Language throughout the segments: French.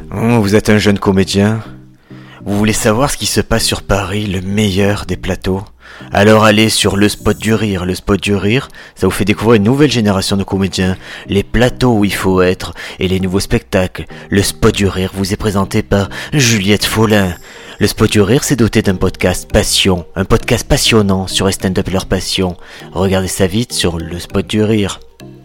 Oh, vous êtes un jeune comédien. Vous voulez savoir ce qui se passe sur Paris, le meilleur des plateaux? Alors allez sur le Spot du Rire. Le Spot du Rire, ça vous fait découvrir une nouvelle génération de comédiens, les plateaux où il faut être et les nouveaux spectacles. Le Spot du Rire vous est présenté par Juliette Follin. Le Spot du Rire, c'est doté d'un podcast passion, un podcast passionnant sur les stand-up et leur passion. Regardez ça vite sur le Spot du Rire.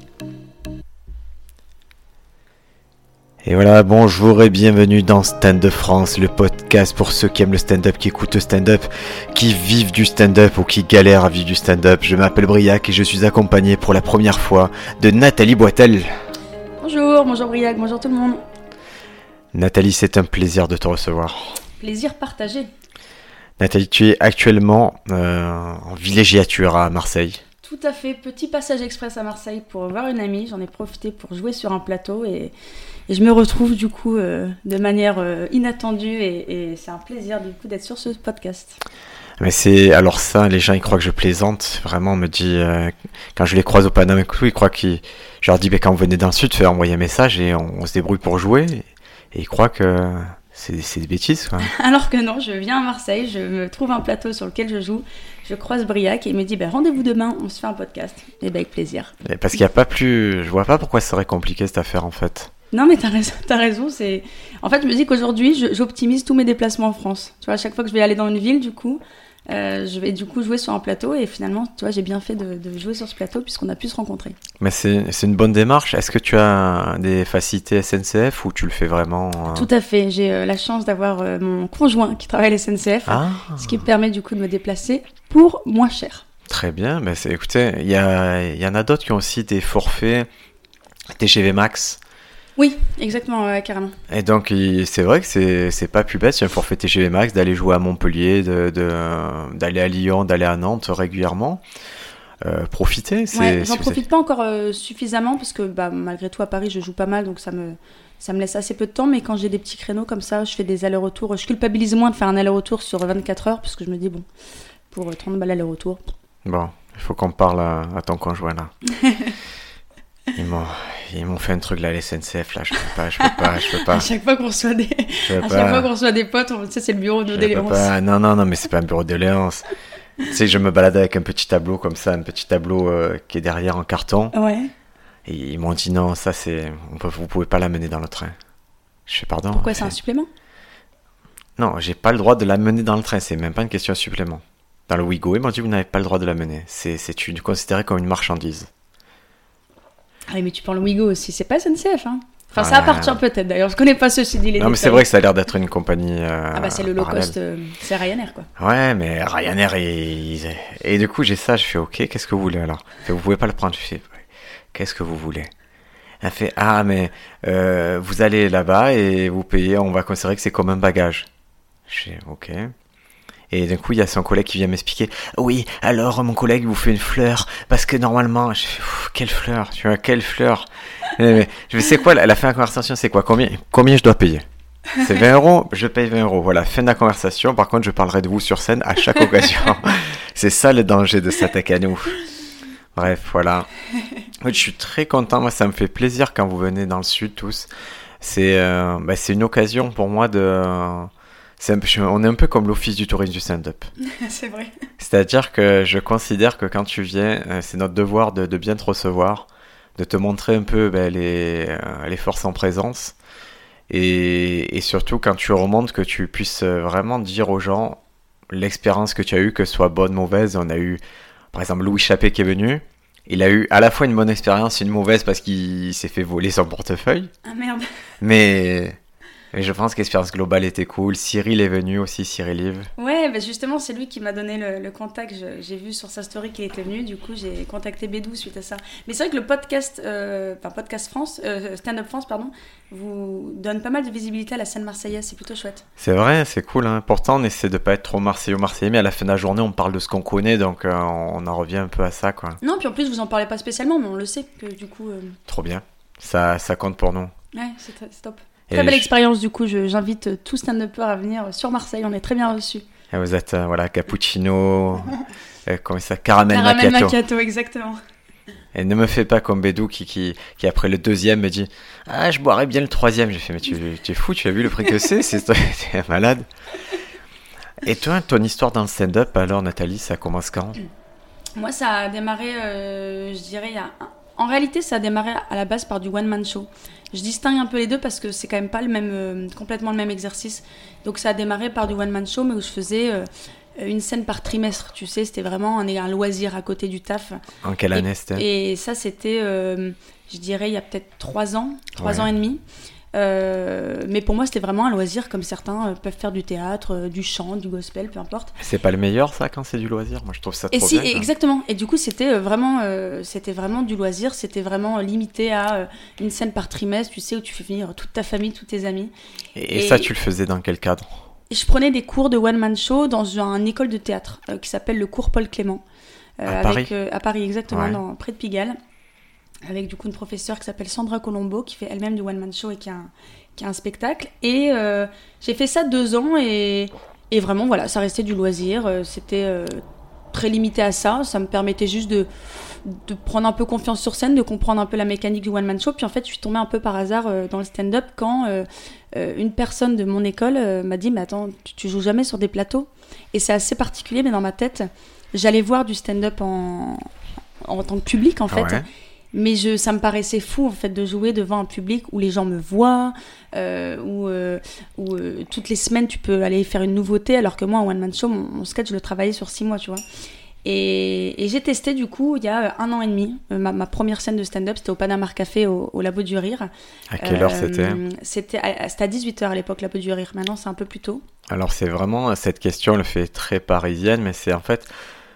Et voilà, bonjour et bienvenue dans Stand Up France, le podcast pour ceux qui aiment le stand-up, qui écoutent le stand-up, qui vivent du stand-up ou qui galèrent à vivre du stand-up. Je m'appelle Briac et je suis accompagné pour la première fois de Nathalie Boitel. Bonjour Briac, bonjour tout le monde. Nathalie, c'est un plaisir de te recevoir. Plaisir partagé. Nathalie, tu es actuellement en villégiature à Marseille. Tout à fait, petit passage express à Marseille pour voir une amie. J'en ai profité pour jouer sur un plateau et je me retrouve du coup de manière inattendue et c'est un plaisir du coup d'être sur ce podcast. Mais c'est alors ça, les gens ils croient que je plaisante. Vraiment, on me dit quand je les croise au Panama et tout, ils croient je leur dis quand vous venez dans le sud, faites envoyer un message et on se débrouille pour jouer et ils croient que c'est des bêtises quoi. Alors que non, je viens à Marseille, je me trouve un plateau sur lequel je joue, je croise Briac et il me dit rendez-vous demain, on se fait un podcast. Et avec plaisir. Et parce qu'il n'y a pas plus, je vois pas pourquoi ce serait compliqué cette affaire en fait. Non mais t'as raison, c'est... En fait je me dis qu'aujourd'hui j'optimise tous mes déplacements en France. Tu vois, à chaque fois que je vais aller dans une ville du coup, je vais du coup jouer sur un plateau et finalement tu vois j'ai bien fait de jouer sur ce plateau puisqu'on a pu se rencontrer. Mais c'est une bonne démarche. Est-ce que tu as des facilités SNCF ou tu le fais vraiment Tout à fait, j'ai la chance d'avoir mon conjoint qui travaille à la SNCF, ce qui me permet du coup de me déplacer pour moins cher. Très bien, mais écoutez, il y en a d'autres qui ont aussi des forfaits TGV Max. Oui, exactement, carrément. Et donc, c'est vrai que c'est pas plus bête, c'est un forfait TGV Max, d'aller jouer à Montpellier, d'aller à Lyon, d'aller à Nantes régulièrement. Profitez. J'en profite pas encore suffisamment parce que malgré tout à Paris je joue pas mal donc ça me laisse assez peu de temps, mais quand j'ai des petits créneaux comme ça, je fais des allers-retours. Je culpabilise moins de faire un aller-retour sur 24 heures parce que je me dis pour 30 balles aller-retour. Bon, il faut qu'on parle à ton conjoint là. Ils m'ont fait un truc là, les SNCF là, je peux pas. À chaque fois qu'on reçoit des potes, tu sais, c'est le bureau de doléances. Non, mais c'est pas un bureau de doléances. Tu sais, je me balade avec un petit tableau comme ça, un petit tableau qui est derrière en carton. Ouais. Et ils m'ont dit non, ça vous pouvez pas l'amener dans le train. Je fais pardon. Pourquoi c'est un supplément? Non, j'ai pas le droit de l'amener dans le train, c'est même pas une question de supplément. Dans le Ouigo, ils m'ont dit vous n'avez pas le droit de l'amener. C'est considéré comme une marchandise. Ah oui, mais tu parles Ouigo aussi, c'est pas SNCF, hein. Enfin, ça appartient peut-être d'ailleurs, je connais pas ceci dit les Non, mais c'est vrai que ça a l'air d'être une compagnie. C'est le low cost, c'est Ryanair quoi. Ouais, mais Ryanair, et du coup, j'ai ça, je fais ok, qu'est-ce que vous voulez alors? Vous pouvez pas le prendre, je fais qu'est-ce que vous voulez? Elle fait mais vous allez là-bas et vous payez, on va considérer que c'est comme un bagage. Je fais ok. Et d'un coup, il y a son collègue qui vient m'expliquer. Oui, alors mon collègue vous fait une fleur parce que normalement, je fais quelle fleur, tu vois, quelle fleur. Je sais quoi, la fin de la conversation, c'est quoi, combien je dois payer? C'est 20 euros, je paye 20 euros. Voilà, fin de la conversation. Par contre, je parlerai de vous sur scène à chaque occasion. C'est ça le danger de s'attaquer à nous. Bref, voilà. Je suis très content. Moi, ça me fait plaisir quand vous venez dans le sud tous. C'est une occasion pour moi on est un peu comme l'office du tourisme du stand-up. C'est vrai. C'est-à-dire que je considère que quand tu viens, c'est notre devoir de bien te recevoir, de te montrer un peu les forces en présence. Et surtout quand tu remontes, que tu puisses vraiment dire aux gens l'expérience que tu as eue, que ce soit bonne, mauvaise. On a eu, par exemple, Louis Chappé qui est venu. Il a eu à la fois une bonne expérience et une mauvaise parce qu'il s'est fait voler son portefeuille. Ah merde. Mais je pense que l'expérience globale était cool. Cyril est venu aussi, Cyril Live. Ouais, justement, c'est lui qui m'a donné le contact. J'ai vu sur sa story qu'il était venu. Du coup, j'ai contacté Bédou suite à ça. Mais c'est vrai que le podcast, podcast France, Stand Up France, pardon, vous donne pas mal de visibilité à la scène marseillaise. C'est plutôt chouette. C'est vrai, c'est cool. Hein. Pourtant, on essaie de pas être trop marseillais, mais à la fin de la journée, on parle de ce qu'on connaît. Donc, on en revient un peu à ça, quoi. Non, puis en plus, vous en parlez pas spécialement, mais on le sait que du coup... Trop bien. Ça compte pour nous. Ouais, c'est top. Très belle expérience du coup, j'invite tout stand-upper à venir sur Marseille, on est très bien reçus. Et vous êtes, cappuccino, comment ça, caramel macchiato, exactement. Et ne me fais pas comme Bédou qui après le deuxième me dit « Ah, je boirais bien le troisième ». J'ai fait « Mais tu es fou, tu as vu le prix que c'est t'es malade ». Et toi, ton histoire dans le stand-up, alors Nathalie, ça commence quand ? Moi, ça a démarré, je dirais, en réalité, ça a démarré à la base par du one-man show. Je distingue un peu les deux parce que c'est quand même pas le même, complètement le même exercice. Donc, ça a démarré par du one-man show, mais où je faisais une scène par trimestre. Tu sais, c'était vraiment un loisir à côté du taf. En quelle année c'était ? Et ça, c'était, je dirais, il y a peut-être 3 ans, 3 ans et demi. Mais pour moi, c'était vraiment un loisir, comme certains peuvent faire du théâtre, du chant, du gospel, peu importe. C'est pas le meilleur, ça, quand c'est du loisir ? Moi, je trouve ça trop bien. Exactement. Et du coup, c'était vraiment du loisir. C'était vraiment limité à une scène par trimestre, tu sais, où tu fais venir toute ta famille, tous tes amis. Et ça, tu le faisais dans quel cadre ? Je prenais des cours de one-man show dans une école de théâtre qui s'appelle le cours Paul Clément. Paris ? À Paris, exactement, Ouais. près de Pigalle. Avec du coup une professeure qui s'appelle Sandra Colombo, qui fait elle-même du one-man show et qui a un spectacle. Et j'ai fait ça 2 ans et vraiment, voilà, ça restait du loisir. C'était très limité à ça. Ça me permettait juste de prendre un peu confiance sur scène, de comprendre un peu la mécanique du one-man show. Puis en fait, je suis tombée un peu par hasard dans le stand-up quand une personne de mon école m'a dit « Mais attends, tu joues jamais sur des plateaux ?» Et c'est assez particulier, mais dans ma tête, j'allais voir du stand-up en tant que public, en fait. Ouais. Mais ça me paraissait fou en fait de jouer devant un public où les gens me voient, où toutes les semaines tu peux aller faire une nouveauté, alors que moi en one man show mon sketch je le travaillais sur 6 mois, tu vois. Et j'ai testé du coup il y a 1 an et demi ma première scène de stand-up, c'était au Panama Café au Labo du Rire. À quelle heure c'était ? C'était à 18h à l'époque, Labo du Rire. Maintenant c'est un peu plus tôt. Alors c'est vraiment, cette question elle fait très parisienne, mais c'est en fait,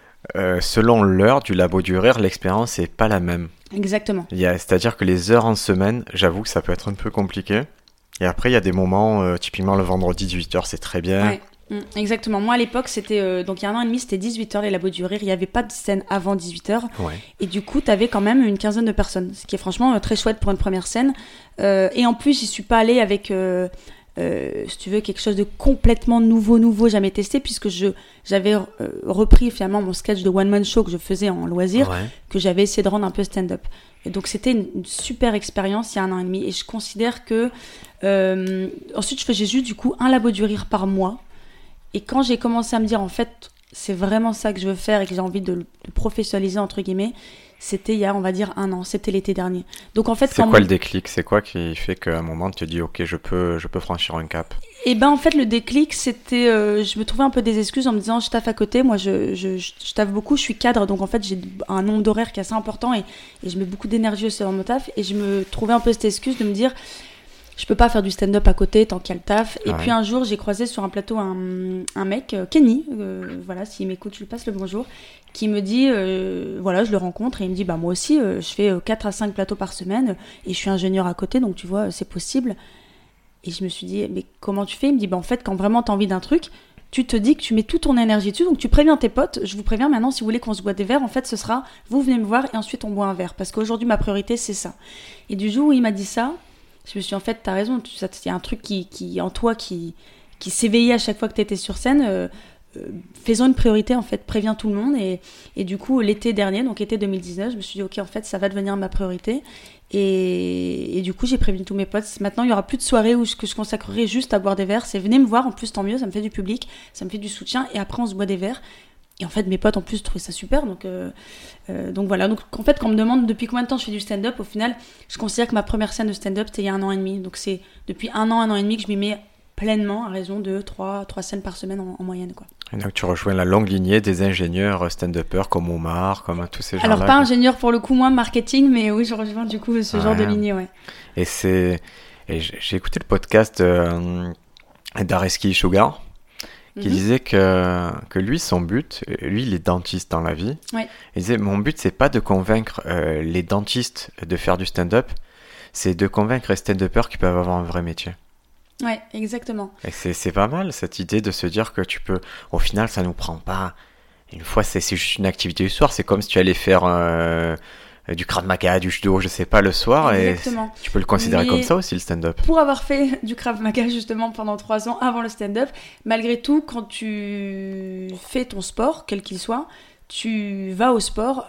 selon l'heure du Labo du Rire, l'expérience n'est pas la même. Exactement. C'est-à-dire que les heures en semaine, j'avoue que ça peut être un peu compliqué. Et après, il y a des moments, typiquement le vendredi 18h, c'est très bien. Ouais, exactement. Moi, à l'époque, c'était... donc, il y a 1 an et demi, c'était 18h, les Labos du Rire. Il n'y avait pas de scène avant 18h. Ouais. Et du coup, tu avais quand même une quinzaine de personnes, ce qui est franchement très chouette pour une première scène. Et en plus, j'y suis pas allée avec... si tu veux, quelque chose de complètement nouveau, jamais testé, puisque j'avais repris finalement mon sketch de one-man show que je faisais en loisir, que j'avais essayé de rendre un peu stand-up. Et donc c'était une super expérience il y a 1 an et demi. Et je considère que... ensuite, je faisais juste du coup un Labo du Rire par mois. Et quand j'ai commencé à me dire, en fait, c'est vraiment ça que je veux faire et que j'ai envie de le professionnaliser, entre guillemets, c'était il y a, on va dire, 1 an. C'était l'été dernier. Donc en fait, c'est quoi le déclic ? C'est quoi qui fait qu'à un moment, tu te dis, ok, je peux franchir un cap ? Et ben en fait, le déclic, c'était... je me trouvais un peu des excuses en me disant, je taffe à côté. Moi, je taffe beaucoup, je suis cadre. Donc en fait, j'ai un nombre d'horaires qui est assez important et je mets beaucoup d'énergie aussi dans mon taf. Et je me trouvais un peu cette excuse de me dire... Je peux pas faire du stand-up à côté tant qu'il y a le taf. Et puis un jour, j'ai croisé sur un plateau un mec, Kenny, voilà, s'il m'écoute, je lui passe le bonjour, qui me dit, voilà, je le rencontre et il me dit, bah moi aussi, je fais 4 à 5 plateaux par semaine et je suis ingénieur à côté, donc tu vois, c'est possible. Et je me suis dit, mais comment tu fais ? Il me dit, bah en fait, quand vraiment t'as envie d'un truc, tu te dis que tu mets toute ton énergie dessus, donc tu préviens tes potes, je vous préviens maintenant, si vous voulez qu'on se boit des verres, en fait, ce sera, vous venez me voir et ensuite on boit un verre, parce qu'aujourd'hui, ma priorité, c'est ça. Et du jour où il m'a dit ça, je me suis dit, en fait, t'as raison, il y a un truc qui en toi qui s'éveillait à chaque fois que t'étais sur scène. Faisons une priorité, en fait, préviens tout le monde. Et du coup, l'été dernier, donc été 2019, je me suis dit, ok, en fait, ça va devenir ma priorité. Et du coup, j'ai prévenu tous mes potes. Maintenant, il n'y aura plus de soirée que je consacrerai juste à boire des verres. C'est venez me voir, en plus, tant mieux, ça me fait du public, ça me fait du soutien. Et après, on se boit des verres. Et en fait, mes potes, en plus, trouvaient ça super. Donc voilà. Donc, en fait, quand on me demande depuis combien de temps je fais du stand-up, au final, je considère que ma première scène de stand-up, c'était il y a 1 an et demi. Donc, c'est depuis 1 an et demi que je m'y mets pleinement, à raison de 3 scènes par semaine en moyenne, quoi. Et donc, tu rejoins la longue lignée des ingénieurs stand-uppers comme Omar, comme tous ces gens-là. Alors, pas ingénieur pour le coup, moins marketing, mais oui, je rejoins du coup ce genre de lignée, ouais. Et j'ai écouté le podcast d'Areski Sugar, qui disait que lui, son but, lui, il est dentiste dans la vie. Ouais. Il disait, mon but, c'est pas de convaincre les dentistes de faire du stand-up, c'est de convaincre les stand-uppers qui peuvent avoir un vrai métier. Ouais, exactement. Et c'est pas mal, cette idée de se dire que tu peux... Au final, ça nous prend pas... Une fois, c'est juste une activité du soir. C'est comme si tu allais faire du Krav Maga, du judo, je sais pas, le soir. Exactement. Et tu peux le considérer comme ça aussi, le stand-up. Pour avoir fait du Krav Maga, justement, pendant 3 ans avant le stand-up, malgré tout, quand tu fais ton sport, quel qu'il soit, tu vas au sport...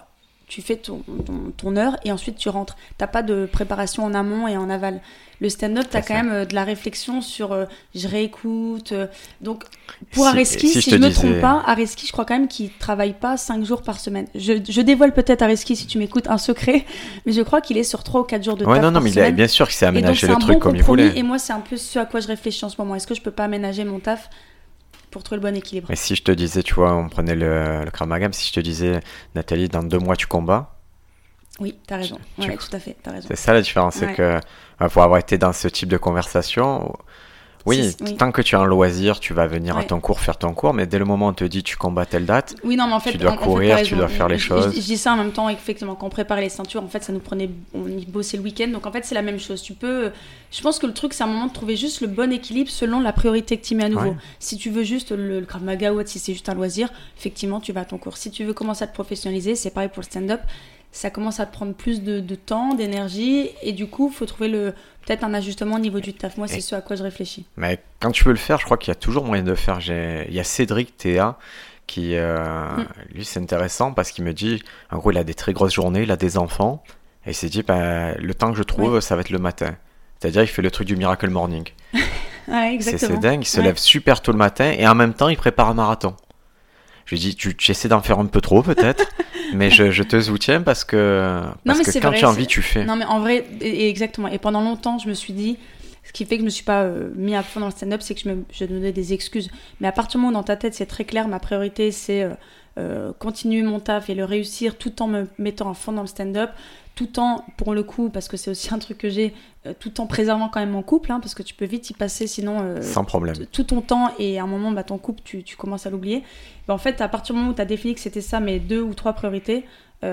tu fais ton heure et ensuite tu rentres. T'as pas de préparation en amont et en aval. Le stand-up, t'as quand même de la réflexion sur je réécoute. Donc, pour Areski, si je me trompe pas, Areski, je crois quand même qu'il travaille pas 5 jours par semaine. Je dévoile peut-être Areski, si tu m'écoutes, un secret, mais je crois qu'il est sur 3 ou 4 jours de taf par semaine. Mais bien sûr qu'il s'est aménagé le truc comme il voulait. Et moi, c'est un peu ce à quoi je réfléchis en ce moment. Est-ce que je peux pas aménager mon taf pour trouver le bon équilibre? Mais si je te disais, tu vois, on prenait le Krav Maga, si je te disais, Nathalie, dans 2 mois, tu combats. Oui, t'as raison. Ouais, tout à fait, t'as raison. C'est ça la différence, c'est que pour avoir été dans ce type de conversation, oui, tant que tu as un loisir, tu vas venir à ton cours faire ton cours, mais dès le moment où on te dit tu combats telle date, mais en fait, tu dois courir, tu dois faire les choses. Je dis ça en même temps, effectivement, quand on préparait les ceintures, en fait, ça nous prenait, on y bossait le week-end, donc en fait, c'est la même chose. Je pense que le truc, c'est un moment de trouver juste le bon équilibre selon la priorité que tu mets à nouveau. Ouais. Si tu veux juste le Krav Maga ou si c'est juste un loisir, effectivement, tu vas à ton cours. Si tu veux commencer à te professionnaliser, c'est pareil pour le stand-up. Ça commence à te prendre plus de temps, d'énergie, et du coup, il faut trouver peut-être un ajustement au niveau du taf. Moi, c'est ce à quoi je réfléchis. Mais quand tu veux le faire, je crois qu'il y a toujours moyen de le faire. Il y a Cédric Théa qui, lui, c'est intéressant parce qu'il me dit, en gros, il a des très grosses journées, il a des enfants, et il s'est dit, le temps que je trouve, ça va être le matin. C'est-à-dire, il fait le truc du Miracle Morning. Ouais, exactement. C'est dingue, il se lève super tôt le matin, et en même temps, il prépare un marathon. Je lui dis, tu essaies d'en faire un peu trop peut-être, mais je te soutiens parce que quand tu as envie, tu fais. Non, mais en vrai, exactement. Et pendant longtemps, je me suis dit, ce qui fait que je me suis pas mis à fond dans le stand-up, c'est que je donnais des excuses. Mais à partir du moment où dans ta tête, c'est très clair, ma priorité, c'est continuer mon taf et le réussir tout en me mettant à fond dans le stand-up, tout en, pour le coup, parce que c'est aussi un truc que j'ai, tout en préservant quand même mon couple, parce que tu peux vite y passer sinon sans problème. Tout ton temps, et à un moment, ton couple, tu commences à l'oublier. En fait, à partir du moment où tu as défini que c'était ça, mes 2 ou 3 priorités,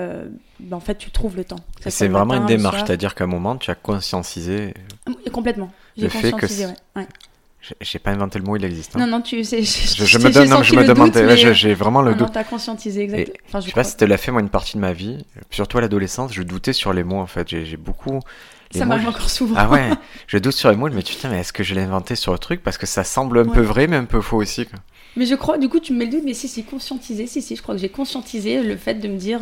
en fait, tu trouves le temps. C'est vraiment une démarche, c'est-à-dire qu'à un moment, tu as conscientisé. Complètement. J'ai conscientisé, ouais. J'ai pas inventé le mot, il existe. Non, tu sais. Je me demandais, j'ai vraiment le doute. Non, t'as conscientisé, exactement. Enfin, je sais pas si tu l'as fait, moi, une partie de ma vie, surtout à l'adolescence, je doutais sur les mots, en fait. J'ai beaucoup. Ça m'arrive encore souvent. Ah ouais, je doute sur les mots, je me dis, putain, mais est-ce que je l'ai inventé sur le truc? Parce que ça semble un peu vrai, mais un peu faux aussi, quoi. Mais je crois, du coup, tu me mets le doute, mais si, conscientisé, je crois que j'ai conscientisé le fait de me dire.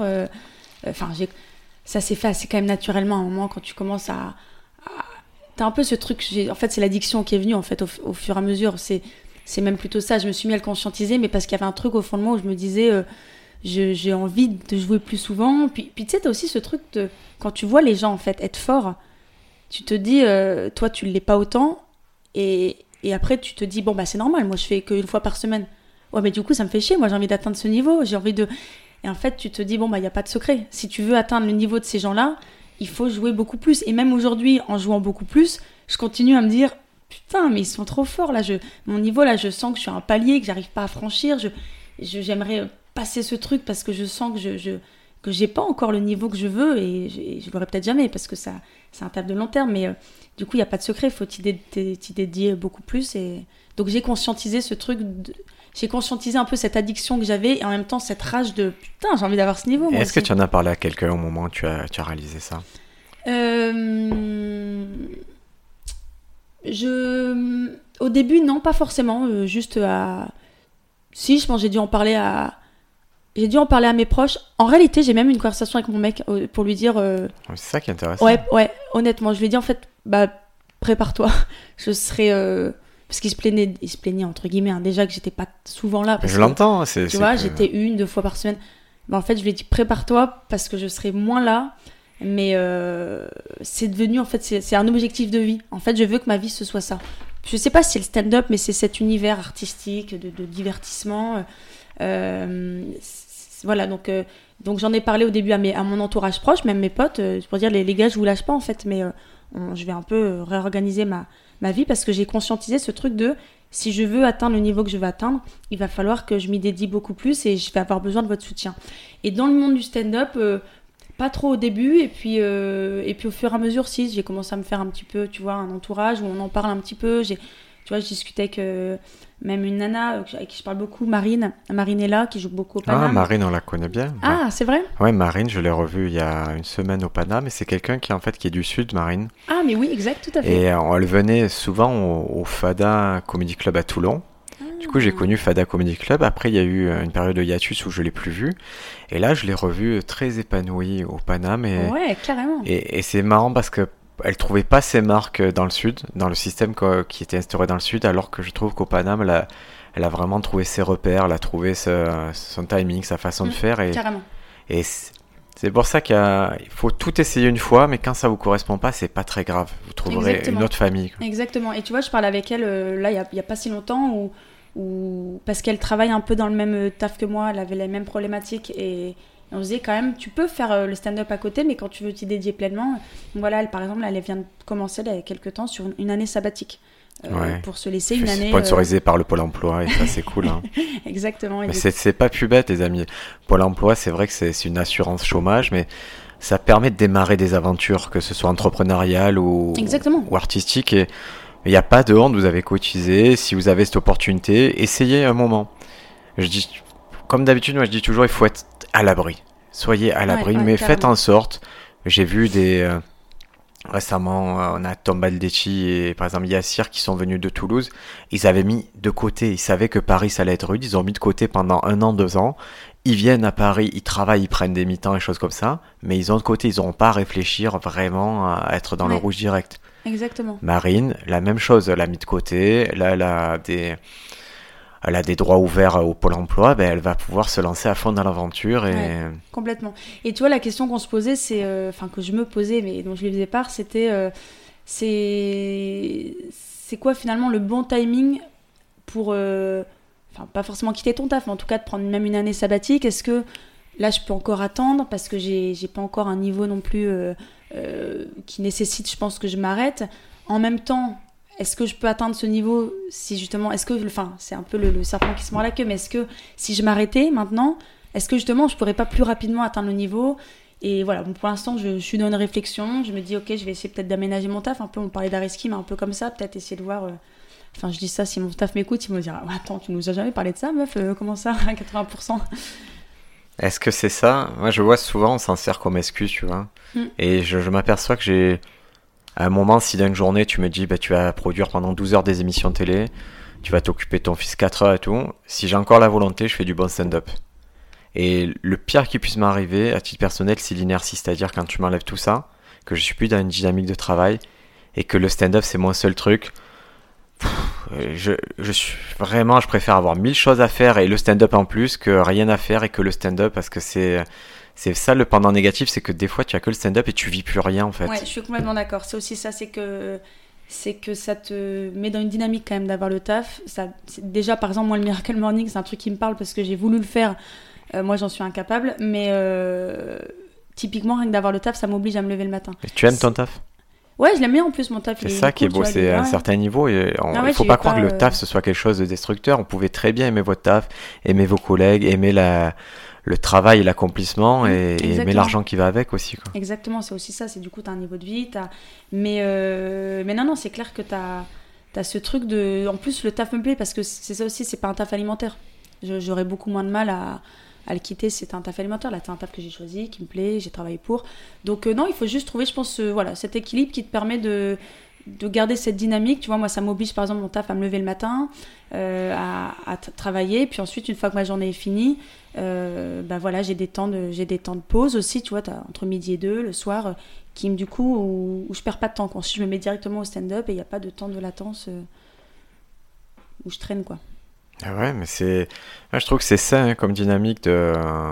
Ça s'est fait assez quand même naturellement à un moment quand tu commences à t'as un peu ce truc, en fait c'est l'addiction qui est venue en fait au fur et à mesure, c'est même plutôt ça, je me suis mis à le conscientiser, mais parce qu'il y avait un truc au fond de moi où je me disais j'ai envie de jouer plus souvent, puis tu sais t'as aussi ce truc de, quand tu vois les gens en fait être forts, tu te dis toi tu l'es pas autant, et après tu te dis bon c'est normal, moi je fais qu'une fois par semaine, ouais mais du coup ça me fait chier, moi j'ai envie d'atteindre ce niveau, j'ai envie de, et en fait tu te dis bon y a pas de secret, si tu veux atteindre le niveau de ces gens là, il faut jouer beaucoup plus. Et même aujourd'hui, en jouant beaucoup plus, je continue à me dire putain, mais ils sont trop forts là. Mon niveau là, je sens que je suis à un palier que j'arrive pas à franchir. J'aimerais passer ce truc parce que je sens que j'ai pas encore le niveau que je veux, et je l'aurai peut-être jamais parce que c'est un taf de long terme. Mais du coup, il y a pas de secret. Il faut t'y dédier beaucoup plus. Et donc j'ai conscientisé ce truc. J'ai conscientisé un peu cette addiction que j'avais et en même temps cette rage de putain, j'ai envie d'avoir ce niveau. Est-ce que tu en as parlé à quelqu'un au moment où tu as réalisé ça? Au début, non, pas forcément. Juste à. Si, je pense que j'ai dû en parler à mes proches. En réalité, j'ai même eu une conversation avec mon mec pour lui dire. C'est ça qui est intéressant. Ouais, honnêtement, je lui ai dit en fait, prépare-toi. Je serai. Parce qu'il se plaignait entre guillemets, déjà que j'étais pas souvent là. Je l'entends. Tu vois, j'étais 1-2 fois par semaine. En fait, je lui ai dit prépare-toi parce que je serai moins là. Mais c'est devenu, en fait, c'est un objectif de vie. En fait, je veux que ma vie, ce soit ça. Je sais pas si c'est le stand-up, mais c'est cet univers artistique, de divertissement. Voilà, donc j'en ai parlé au début à mon entourage proche, même mes potes, pour dire les gars, je vous lâche pas, en fait. Mais je vais un peu réorganiser ma vie parce que j'ai conscientisé ce truc de si je veux atteindre le niveau que je veux atteindre, il va falloir que je m'y dédie beaucoup plus et je vais avoir besoin de votre soutien. Et dans le monde du stand-up, pas trop au début, et puis au fur et à mesure, si j'ai commencé à me faire un petit peu, tu vois, un entourage où on en parle un petit peu. Tu vois, je discutais avec même une nana avec qui je parle beaucoup, Marinella, qui joue beaucoup au Paname. Ah, Marine, on la connaît bien. Ah, c'est vrai? Ouais, Marine, je l'ai revue il y a une semaine au Paname, et c'est quelqu'un qui est du Sud, Marine. Ah, mais oui, exact, tout à fait. Et elle venait souvent au Fada Comedy Club à Toulon. Du coup, j'ai connu Fada Comedy Club. Après, il y a eu une période de hiatus où je l'ai plus vu. Et là, je l'ai revu très épanoui au Paname. Ouais, carrément. Et c'est marrant parce que elle trouvait pas ses marques dans le Sud, dans le système qui était instauré dans le Sud, alors que je trouve qu'au Paname, elle a vraiment trouvé ses repères, elle a trouvé son timing, sa façon de faire. Carrément. Et c'est pour ça qu'il faut tout essayer une fois, mais quand ça vous correspond pas, c'est pas très grave. Vous trouverez une autre famille. Exactement. Et tu vois, je parlais avec elle là, il y a pas si longtemps, parce qu'elle travaille un peu dans le même taf que moi, elle avait les mêmes problématiques et on se disait quand même, tu peux faire le stand-up à côté, mais quand tu veux t'y dédier pleinement, voilà, elle, par exemple, elle vient de commencer il y a quelques temps sur une année sabbatique. Pour se laisser une année sponsorisé par le Pôle emploi et ça c'est cool hein. Exactement. Mais c'est pas plus bête les amis. Pôle emploi c'est vrai que c'est une assurance chômage, mais ça permet de démarrer des aventures, que ce soit entrepreneuriales ou artistiques, et il n'y a pas de honte. Vous avez cotisé, si vous avez cette opportunité, essayez un moment. Je dis, comme d'habitude, moi je dis toujours, il faut être à l'abri, soyez à l'abri, mais carrément. Faites en sorte. J'ai vu récemment, on a Tom Baldecchi et par exemple Yassir qui sont venus de Toulouse. Ils avaient mis de côté, ils savaient que Paris ça allait être rude, ils ont mis de côté pendant 1 an, 2 ans. Ils viennent à Paris, ils travaillent, ils prennent des mi-temps et choses comme ça, mais ils ont de côté, ils n'auront pas à réfléchir vraiment à être dans le rouge direct. Exactement. Marine, la même chose, elle a mis de côté, là elle a des droits ouverts au Pôle emploi, elle va pouvoir se lancer à fond dans l'aventure. Complètement. Et tu vois, la question qu'on se posait, que je me posais, mais dont je lui faisais part, c'était c'est quoi finalement le bon timing pour, pas forcément quitter ton taf, mais en tout cas de prendre même une année sabbatique. Est-ce que là, je peux encore attendre parce que j'ai pas encore un niveau non plus qui nécessite, je pense, que je m'arrête. En même temps, est-ce que je peux atteindre ce niveau si justement, c'est un peu le serpent qui se mord la queue, mais est-ce que si je m'arrêtais maintenant, est-ce que justement je pourrais pas plus rapidement atteindre le niveau? Et voilà, bon, pour l'instant je suis dans une réflexion, je me dis ok, je vais essayer peut-être d'aménager mon taf, un peu on parlait d'Ariski, mais un peu comme ça, peut-être essayer de voir, je dis ça, si mon taf m'écoute, il me dira attends, tu nous as jamais parlé de ça meuf, comment ça à 80%? Est-ce que c'est ça? Moi je vois souvent on s'en sert comme excuse, tu vois. Et je m'aperçois que à un moment, si dans une journée, tu me dis, tu vas produire pendant 12 heures des émissions télé, tu vas t'occuper de ton fils 4 heures et tout, si j'ai encore la volonté, je fais du bon stand-up. Et le pire qui puisse m'arriver, à titre personnel, c'est l'inertie, c'est-à-dire quand tu m'enlèves tout ça, que je suis plus dans une dynamique de travail, et que le stand-up, c'est mon seul truc, je préfère avoir 1000 choses à faire et le stand-up en plus que rien à faire et que le stand-up, parce que c'est ça le pendant négatif, c'est que des fois tu as que le stand-up et tu vis plus rien en fait. Ouais, je suis complètement d'accord. C'est aussi ça, c'est que ça te met dans une dynamique quand même d'avoir le taf. Déjà par exemple moi le Miracle Morning c'est un truc qui me parle parce que j'ai voulu le faire. Moi j'en suis incapable, mais typiquement rien que d'avoir le taf ça m'oblige à me lever le matin. Et tu aimes ton taf? Ouais, je l'aime bien en plus mon taf. C'est ça qui est beau, c'est à un certain niveau. Il ne faut pas croire que le taf ce soit quelque chose de destructeur. On pouvait très bien aimer votre taf, aimer vos collègues, aimer le travail et l'accomplissement et aimer l'argent qui va avec aussi, quoi. Exactement, c'est aussi ça, c'est du coup tu as un niveau de vie, mais non, c'est clair que tu as ce truc de... En plus le taf me plaît parce que c'est ça aussi, c'est pas un taf alimentaire. J'aurais beaucoup moins de mal à le quitter, c'est un taf alimentaire, là c'est un taf que j'ai choisi, qui me plaît, j'ai travaillé pour. Donc non, il faut juste trouver, je pense, cet équilibre qui te permet de garder cette dynamique. Tu vois, moi ça m'oblige par exemple mon taf à me lever le matin, à travailler, puis ensuite une fois que ma journée est finie, j'ai des temps de pause aussi, tu vois, t'as entre midi et 2 le soir, qui du coup où je perds pas de temps, quand je me mets directement au stand-up et il y a pas de temps de latence où je traîne, quoi. Ah ouais, mais moi, je trouve que c'est ça, hein, comme dynamique de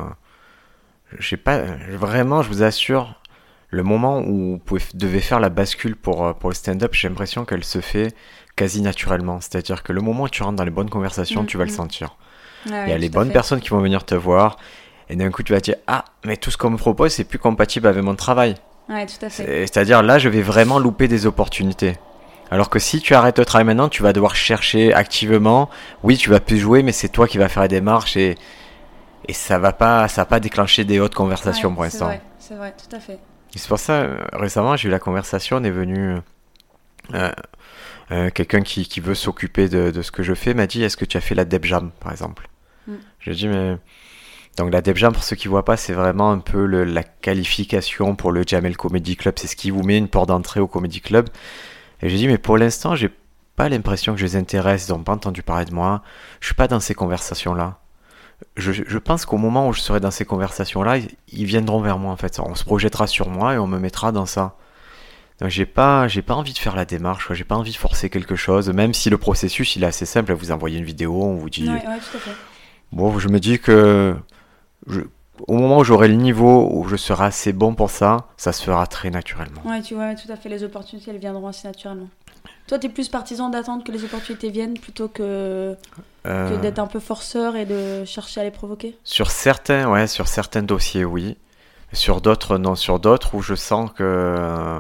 vraiment, je vous assure, le moment où vous devez faire la bascule pour le stand-up, j'ai l'impression qu'elle se fait quasi naturellement. C'est-à-dire que le moment où tu rentres dans les bonnes conversations, tu vas le sentir. Il y a les bonnes personnes qui vont venir te voir, et d'un coup tu vas te dire « Ah, mais tout ce qu'on me propose, c'est plus compatible avec mon travail. » Ouais, tout à fait. C'est-à-dire là, je vais vraiment louper des opportunités. Alors que si tu arrêtes le travail maintenant, tu vas devoir chercher activement. Oui, tu vas plus jouer, mais c'est toi qui vas faire les démarches et ça va pas déclencher des hautes conversations pour l'instant. C'est vrai, tout à fait. Et c'est pour ça, récemment, j'ai eu la conversation, on est venu... quelqu'un qui veut s'occuper de ce que je fais m'a dit, est-ce que tu as fait la Deb Jam, par exemple? Je lui ai dit, mais... Donc la Deb Jam, pour ceux qui ne voient pas, c'est vraiment un peu la qualification pour le Jamel Comedy Club. C'est ce qui vous met une porte d'entrée au Comedy Club. Et j'ai dit, mais pour l'instant, j'ai pas l'impression que je les intéresse, ils n'ont pas entendu parler de moi. Je suis pas dans ces conversations-là. Je pense qu'au moment où je serai dans ces conversations-là, ils viendront vers moi en fait. On se projettera sur moi et on me mettra dans ça. Donc j'ai pas envie de faire la démarche, quoi. J'ai pas envie de forcer quelque chose, même si le processus il est assez simple. Vous envoyez une vidéo, on vous dit. Ouais, tout à fait. Bon, je me dis que au moment où j'aurai le niveau où je serai assez bon pour ça, ça se fera très naturellement. Ouais, tu vois, tout à fait. Les opportunités, elles viendront assez naturellement. Toi, t'es plus partisan d'attendre que les opportunités viennent plutôt que d'être un peu forceur et de chercher à les provoquer? Sur certains dossiers, oui. Sur d'autres, non. Sur d'autres où je sens que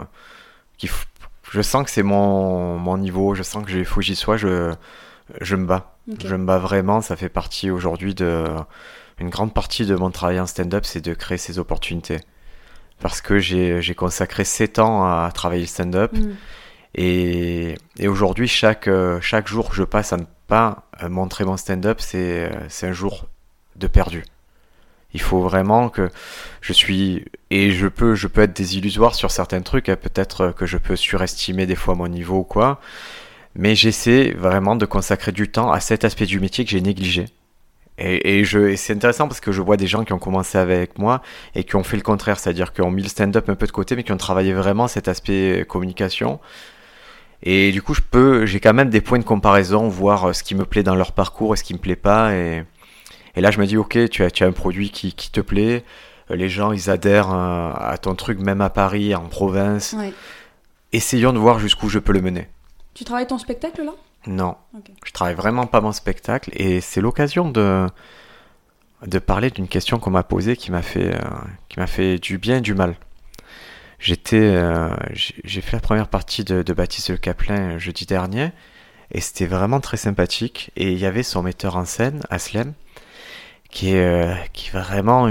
je sens que c'est mon niveau, je sens que il faut que j'y sois, je me bats. Okay. Je me bats vraiment, ça fait partie aujourd'hui une grande partie de mon travail en stand-up, c'est de créer ces opportunités. Parce que j'ai consacré 7 ans à travailler le stand-up. Et aujourd'hui, chaque jour que je passe à ne pas montrer mon stand-up, c'est un jour de perdu. Il faut vraiment que je peux être désillusoire sur certains trucs, hein, peut-être que je peux surestimer des fois mon niveau ou quoi, mais j'essaie vraiment de consacrer du temps à cet aspect du métier que j'ai négligé. Et c'est intéressant parce que je vois des gens qui ont commencé avec moi et qui ont fait le contraire, c'est-à-dire qui ont mis le stand-up un peu de côté, mais qui ont travaillé vraiment cet aspect communication. Et du coup, j'ai quand même des points de comparaison, voir ce qui me plaît dans leur parcours et ce qui me plaît pas. Et là, je me dis, ok, tu as un produit qui te plaît, les gens, ils adhèrent à ton truc, même à Paris, en province. Ouais. Essayons de voir jusqu'où je peux le mener. Tu travailles ton spectacle, là ? Non, okay. Je travaille vraiment pas mon spectacle. Et c'est l'occasion de parler d'une question qu'on m'a posée qui m'a fait du bien et du mal. J'ai fait la première partie de Baptiste Le Caplin jeudi dernier. Et c'était vraiment très sympathique. Et il y avait son metteur en scène, Aslem, qui est vraiment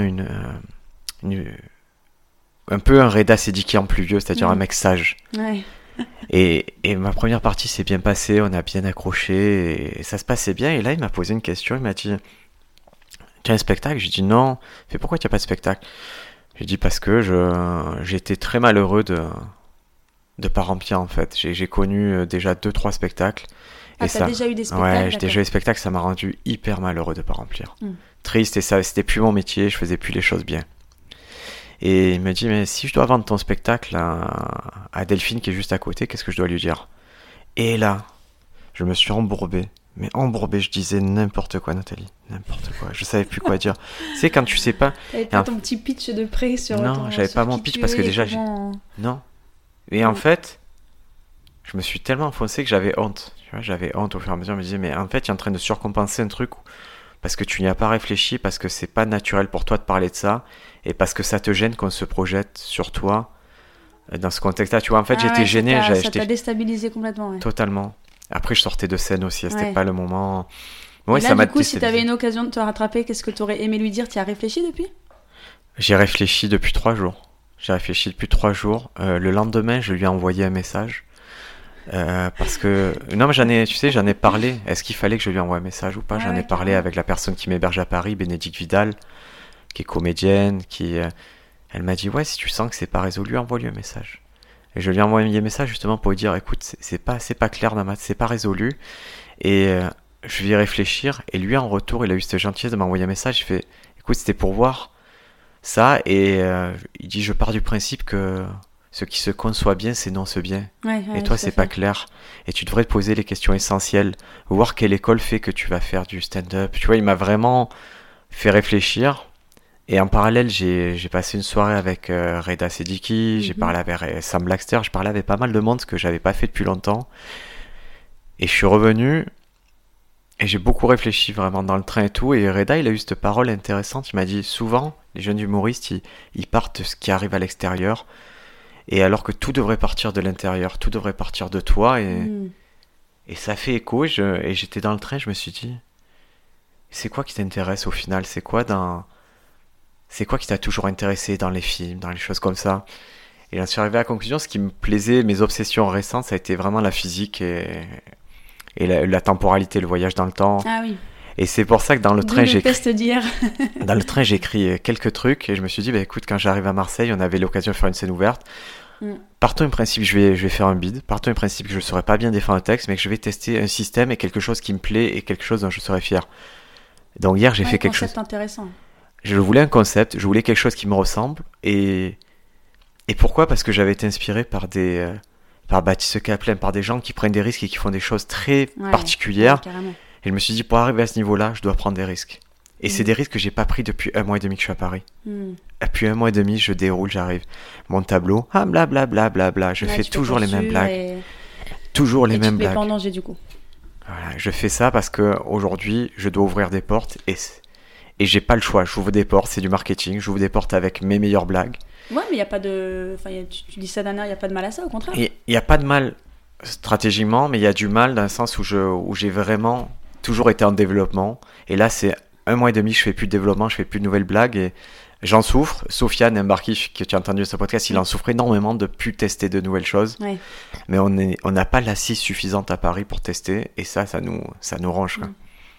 un peu un Reda Sediki en plus vieux, c'est-à-dire un mec sage. Ouais. Et ma première partie s'est bien passée, on a bien accroché et ça se passait bien. Et là, il m'a posé une question, il m'a dit « Tu as un spectacle ?» J'ai dit « Non. » Il fait « Pourquoi tu n'as pas de spectacle ?» J'ai dit « Parce que j'étais très malheureux de pas remplir en fait. J'ai connu déjà 2-3 spectacles. Ah, t'as déjà eu des spectacles? Ouais, j'ai déjà eu des spectacles, ça m'a rendu hyper malheureux de pas remplir. Triste, et ça, c'était plus mon métier, je faisais plus les choses bien. Et il me dit, mais si je dois vendre ton spectacle à Delphine qui est juste à côté, qu'est-ce que je dois lui dire? Et là, je me suis embourbé. Mais embourbé, je disais n'importe quoi, Nathalie. N'importe quoi. Je savais plus quoi dire. Tu sais, quand tu sais pas... T'avais pas ton petit pitch de près sur... Non, j'avais pas mon pitch parce que déjà... Non. Et en fait, je me suis tellement enfoncé que j'avais honte. Tu vois, j'avais honte au fur et à mesure. Je me disais, mais en fait, tu es en train de surcompenser un truc parce que tu n'y as pas réfléchi, parce que c'est pas naturel pour toi de parler de ça, et parce que ça te gêne qu'on se projette sur toi dans ce contexte-là. Tu vois, en fait, j'étais gêné. Ça t'a déstabilisé complètement. Ouais. Totalement. Après, je sortais de scène aussi. C'était pas le moment. Ouais, là, ça m'a du coup, si tu avais une occasion de te rattraper, qu'est-ce que tu aurais aimé lui dire? Tu y as réfléchi depuis? J'ai réfléchi depuis 3 jours. Le lendemain, je lui ai envoyé un message. Parce que... Non, mais j'en ai parlé. Est-ce qu'il fallait que je lui envoie un message ou pas? J'en ai parlé avec la personne qui m'héberge à Paris, Bénédicte Vidal, qui est comédienne, elle m'a dit, ouais, si tu sens que c'est pas résolu, envoie-lui un message. Et je lui ai envoyé un message justement pour lui dire, écoute, c'est pas clair dans c'est pas résolu. Et je vais y réfléchir. Et lui, en retour, il a eu cette gentillesse de m'envoyer un message. Il fait, écoute, c'était pour voir ça. Et il dit, je pars du principe que ce qui se conçoit bien, c'est non ce bien. Et toi, c'est pas clair. Et tu devrais te poser les questions essentielles. Voir quelle école fait que tu vas faire du stand-up. Tu vois, il m'a vraiment fait réfléchir. Et en parallèle, j'ai passé une soirée avec Reda Sediki, j'ai parlé avec Sam Blackster, je parlais avec pas mal de monde, ce que j'avais pas fait depuis longtemps. Et je suis revenu, et j'ai beaucoup réfléchi vraiment dans le train et tout. Et Reda, il a eu cette parole intéressante, il m'a dit, souvent, les jeunes humoristes, ils partent de ce qui arrive à l'extérieur, et alors que tout devrait partir de l'intérieur, tout devrait partir de toi. Et ça fait écho, et j'étais dans le train, je me suis dit, c'est quoi qui t'intéresse au final? C'est quoi qui t'a toujours intéressé dans les films, dans les choses comme ça? Et j'en suis arrivé à la conclusion, ce qui me plaisait, mes obsessions récentes, ça a été vraiment la physique et la temporalité, le voyage dans le temps. Ah oui. Et c'est pour ça que dans le train, j'ai écrit quelques trucs et je me suis dit, écoute, quand j'arrive à Marseille, on avait l'occasion de faire une scène ouverte. Partons du principe que je vais faire un bid, partons du principe que je ne saurais pas bien défendre un texte, mais que je vais tester un système et quelque chose qui me plaît et quelque chose dont je serais fier. Donc hier, j'ai fait quelque chose. Intéressant. Je voulais un concept, je voulais quelque chose qui me ressemble. Et pourquoi ? Parce que j'avais été inspiré par par Baptiste Kaplan, par des gens qui prennent des risques et qui font des choses très particulières. Et je me suis dit, pour arriver à ce niveau-là, je dois prendre des risques. Et c'est des risques que j'ai pas pris depuis 1 mois et demi que je suis à Paris. Depuis 1 mois et demi, je déroule, j'arrive. Mon tableau, blablabla, je fais toujours les mêmes blagues. Toujours les mêmes blagues. Et tu fais pas en danger du coup. Voilà, je fais ça parce que aujourd'hui, je dois ouvrir des portes et j'ai pas le choix. J'ouvre des portes, c'est du marketing. J'ouvre des portes avec mes meilleures blagues. Ouais, mais il y a pas de. Enfin, tu dis ça dernière, il y a pas de mal à ça, au contraire. Il y a pas de mal stratégiquement, mais il y a du mal dans le sens où j'ai vraiment toujours été en développement. Et là, c'est 1 mois et demi, je fais plus de développement, je fais plus de nouvelles blagues et j'en souffre. Sofiane Embarki, que tu as entendu sur ce podcast, il en souffre énormément de plus tester de nouvelles choses. Ouais. Mais on n'a pas l'assise suffisante à Paris pour tester et ça nous ronge. Quoi.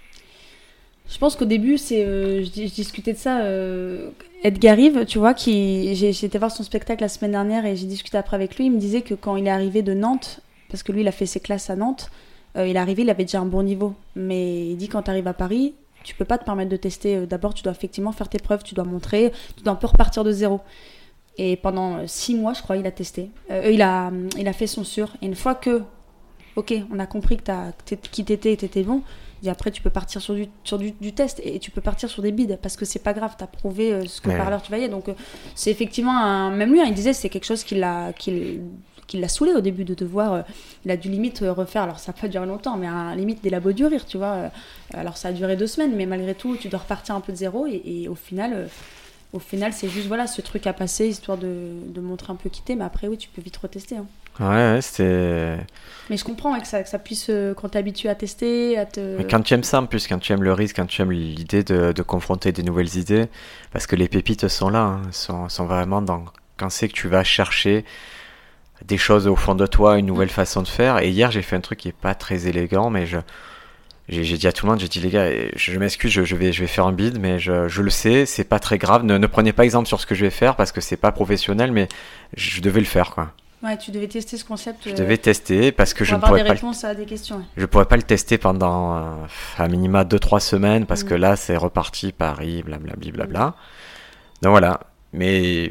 Je pense qu'au début, je discutais de ça. Edgar Rive, tu vois, j'ai été voir son spectacle la semaine dernière et j'ai discuté après avec lui. Il me disait que quand il est arrivé de Nantes, parce que lui, il a fait ses classes à Nantes, il est arrivé, il avait déjà un bon niveau. Mais il dit quand tu arrives à Paris, tu peux pas te permettre de tester. D'abord, tu dois effectivement faire tes preuves, tu dois montrer, tu dois un peu repartir de zéro. Et pendant 6 mois, je crois, il a testé. Il a fait son sur. Et une fois que, ok, on a compris qui t'étais et t'étais bon, et après tu peux partir sur du test et tu peux partir sur des bids parce que c'est pas grave, t'as prouvé ce que par l'heure tu valais. Donc c'est effectivement même lui, il disait c'est quelque chose qui l'a saoulé au début de devoir. Il a dû limite refaire, alors ça n'a pas duré longtemps, mais limite des labos du rire, tu vois. Alors ça a duré 2 semaines, mais malgré tout, tu dois repartir un peu de zéro et au final, c'est juste voilà, ce truc à passer histoire de montrer un peu qui t'es, mais après, oui, tu peux vite retester. Hein. Ouais, c'était. Mais je comprends que ça puisse, quand t'es habitué à tester, Mais quand tu aimes ça, en plus, quand tu aimes le risque, quand tu aimes l'idée de confronter des nouvelles idées, parce que les pépites sont là, hein, sont vraiment dans. Quand c'est que tu vas chercher des choses au fond de toi, une nouvelle façon de faire. Et hier, j'ai fait un truc qui est pas très élégant, mais j'ai dit à tout le monde, j'ai dit les gars, je m'excuse, je vais faire un bid, mais je le sais, c'est pas très grave. Ne prenez pas exemple sur ce que je vais faire parce que c'est pas professionnel, mais je devais le faire, quoi. Ouais, tu devais tester ce concept. Je devais tester parce que je ne pourrais pas. Réponses à des questions. Ouais. Je pourrais pas le tester pendant à minima 2-3 semaines parce que là, c'est reparti Paris, blablabla. Donc voilà, mais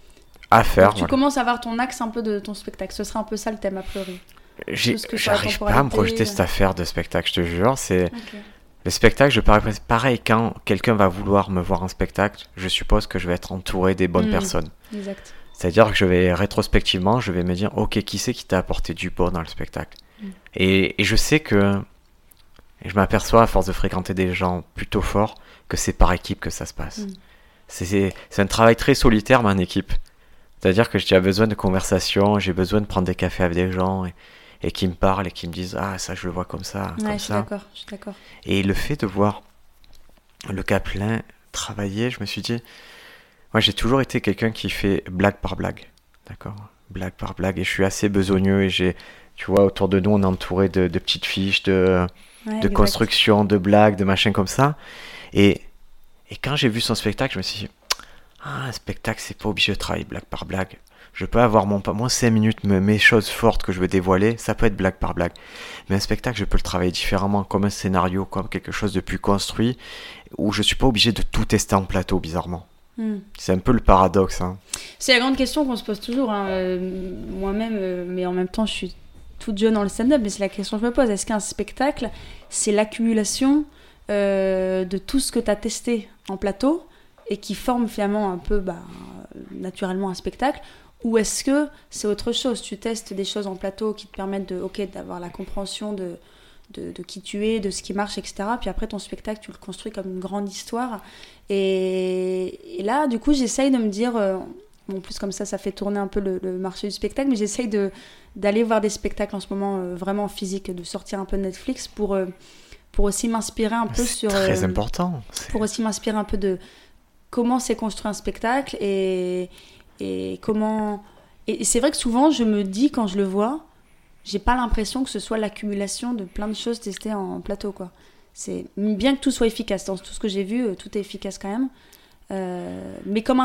à faire. Donc, tu commences à avoir ton axe un peu de ton spectacle. Ce sera un peu ça le thème a priori. J'arrive pas à me projeter cette affaire de spectacle, je te jure. Le spectacle, pareil, quand quelqu'un va vouloir me voir en spectacle, je suppose que je vais être entouré des bonnes personnes. Exact. C'est-à-dire que rétrospectivement, je vais me dire, ok, qui c'est qui t'a apporté du bon dans le spectacle ? Et je sais que, je m'aperçois à force de fréquenter des gens plutôt forts, que c'est par équipe que ça se passe. C'est un travail très solitaire, mais en équipe. C'est-à-dire que j'ai besoin de conversation, j'ai besoin de prendre des cafés avec des gens et qui me parlent et qui me disent « Ah, ça, je le vois comme ça, comme ça. » Je suis d'accord. Et le fait de voir le Kaplan travailler, je me suis dit... Moi, j'ai toujours été quelqu'un qui fait blague par blague. D'accord ? Blague par blague. Et je suis assez besogneux. Et tu vois, autour de nous, on est entouré de petites fiches, de construction, de blagues, de machins comme ça. Et quand j'ai vu son spectacle, je me suis dit, un spectacle, c'est pas obligé de travailler blague par blague. Je peux avoir moi 5 minutes, mes choses fortes que je veux dévoiler, ça peut être blague par blague. Mais un spectacle, je peux le travailler différemment, comme un scénario, comme quelque chose de plus construit, où je suis pas obligé de tout tester en plateau, bizarrement. C'est un peu le paradoxe. Hein. C'est la grande question qu'on se pose toujours. Hein. Moi-même, mais en même temps, je suis toute jeune dans le stand-up, mais c'est la question que je me pose. Est-ce qu'un spectacle, c'est l'accumulation de tout ce que tu as testé en plateau et qui forme finalement un peu naturellement un spectacle, ou est-ce que c'est autre chose ? Tu testes des choses en plateau qui te permettent d'avoir la compréhension de qui tu es, de ce qui marche, etc. Puis après, ton spectacle, tu le construis comme une grande histoire. Et là, du coup, j'essaye de me dire... en plus, comme ça fait tourner un peu le marché du spectacle, mais j'essaye d'aller voir des spectacles en ce moment vraiment physiques, de sortir un peu de Netflix pour aussi m'inspirer un peu sur... C'est très important. Pour aussi m'inspirer un peu de comment s'est construit un spectacle et comment... Et c'est vrai que souvent, je me dis, quand je le vois... J'ai pas l'impression que ce soit l'accumulation de plein de choses testées en plateau, quoi. C'est bien que tout soit efficace. Dans tout ce que j'ai vu, tout est efficace quand même. Mais comme un tout.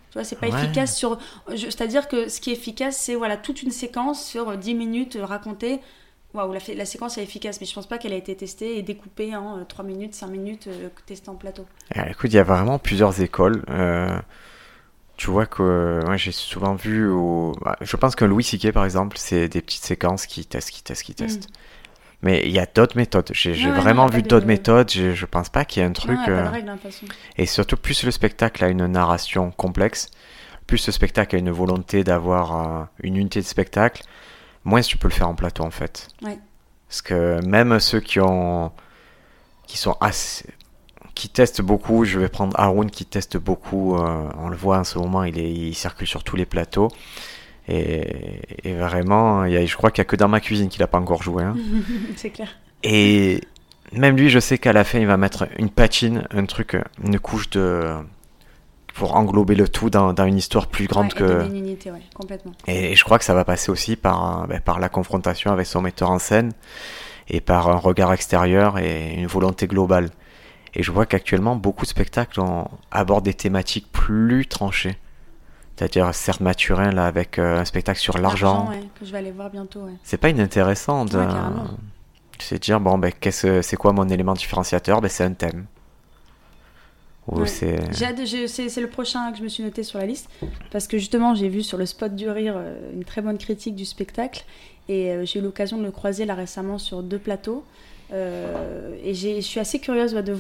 Tu vois, c'est pas Ouais. efficace c'est-à-dire que ce qui est efficace, c'est voilà, toute une séquence sur 10 minutes racontée. Waouh, la séquence est efficace, mais je pense pas qu'elle a été testée et découpée en 3 minutes, 5 minutes, testée en plateau. Écoute, il y a vraiment plusieurs écoles. Tu vois que moi j'ai souvent vu, je pense que Louis C.K. par exemple, c'est des petites séquences qui testent. Mais il y a d'autres méthodes. J'ai Ouais, vraiment non, y a vu pas d'autres de- méthodes. Je pense pas qu'il y ait un truc. Non, il n'y a pas de règle, hein, de toute façon. Et surtout, plus le spectacle a une narration complexe, plus le spectacle a une volonté d'avoir une unité de spectacle, moins tu peux le faire en plateau en fait. Ouais. Parce que même ceux qui sont assez, qui testent beaucoup, je vais prendre Haroun qui teste beaucoup, on le voit en ce moment, il circule sur tous les plateaux. Et vraiment, je crois qu'il n'y a que dans ma cuisine qu'il n'a pas encore joué. Hein. C'est clair. Et même lui, je sais qu'à la fin, il va mettre une patine, un truc, une couche pour englober le tout dans une histoire plus grande Ouais, et donner une unité, ouais, complètement. Et je crois que ça va passer aussi par la confrontation avec son metteur en scène et par un regard extérieur et une volonté globale. Et je vois qu'actuellement, beaucoup de spectacles abordent des thématiques plus tranchées. C'est-à-dire, certes, Mathurin, là, avec un spectacle sur l'argent. Ouais, que je vais aller voir bientôt, ouais. C'est pas inintéressant de... Ouais, carrément. C'est dire, c'est quoi mon élément différenciateur? C'est un thème. Ou Ouais. c'est... C'est le prochain que je me suis noté sur la liste, parce que justement, j'ai vu sur le Spot du Rire une très bonne critique du spectacle, et j'ai eu l'occasion de le croiser là récemment sur 2 plateaux. Et je suis assez curieuse de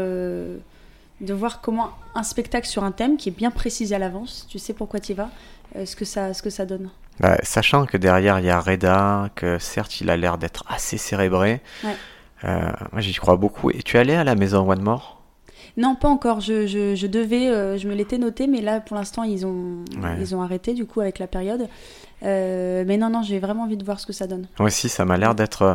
voir comment un spectacle sur un thème qui est bien précisé à l'avance, tu sais pourquoi tu y vas, ce que ça donne. Sachant que derrière il y a Reda, que certes il a l'air d'être assez cérébré, Ouais. moi j'y crois beaucoup. Et tu es allé à la maison One More? Non, pas encore. Je devais, je me l'étais noté, mais là pour l'instant ils ont arrêté du coup avec la période. Mais non, j'ai vraiment envie de voir ce que ça donne. Moi aussi, ça m'a l'air d'être...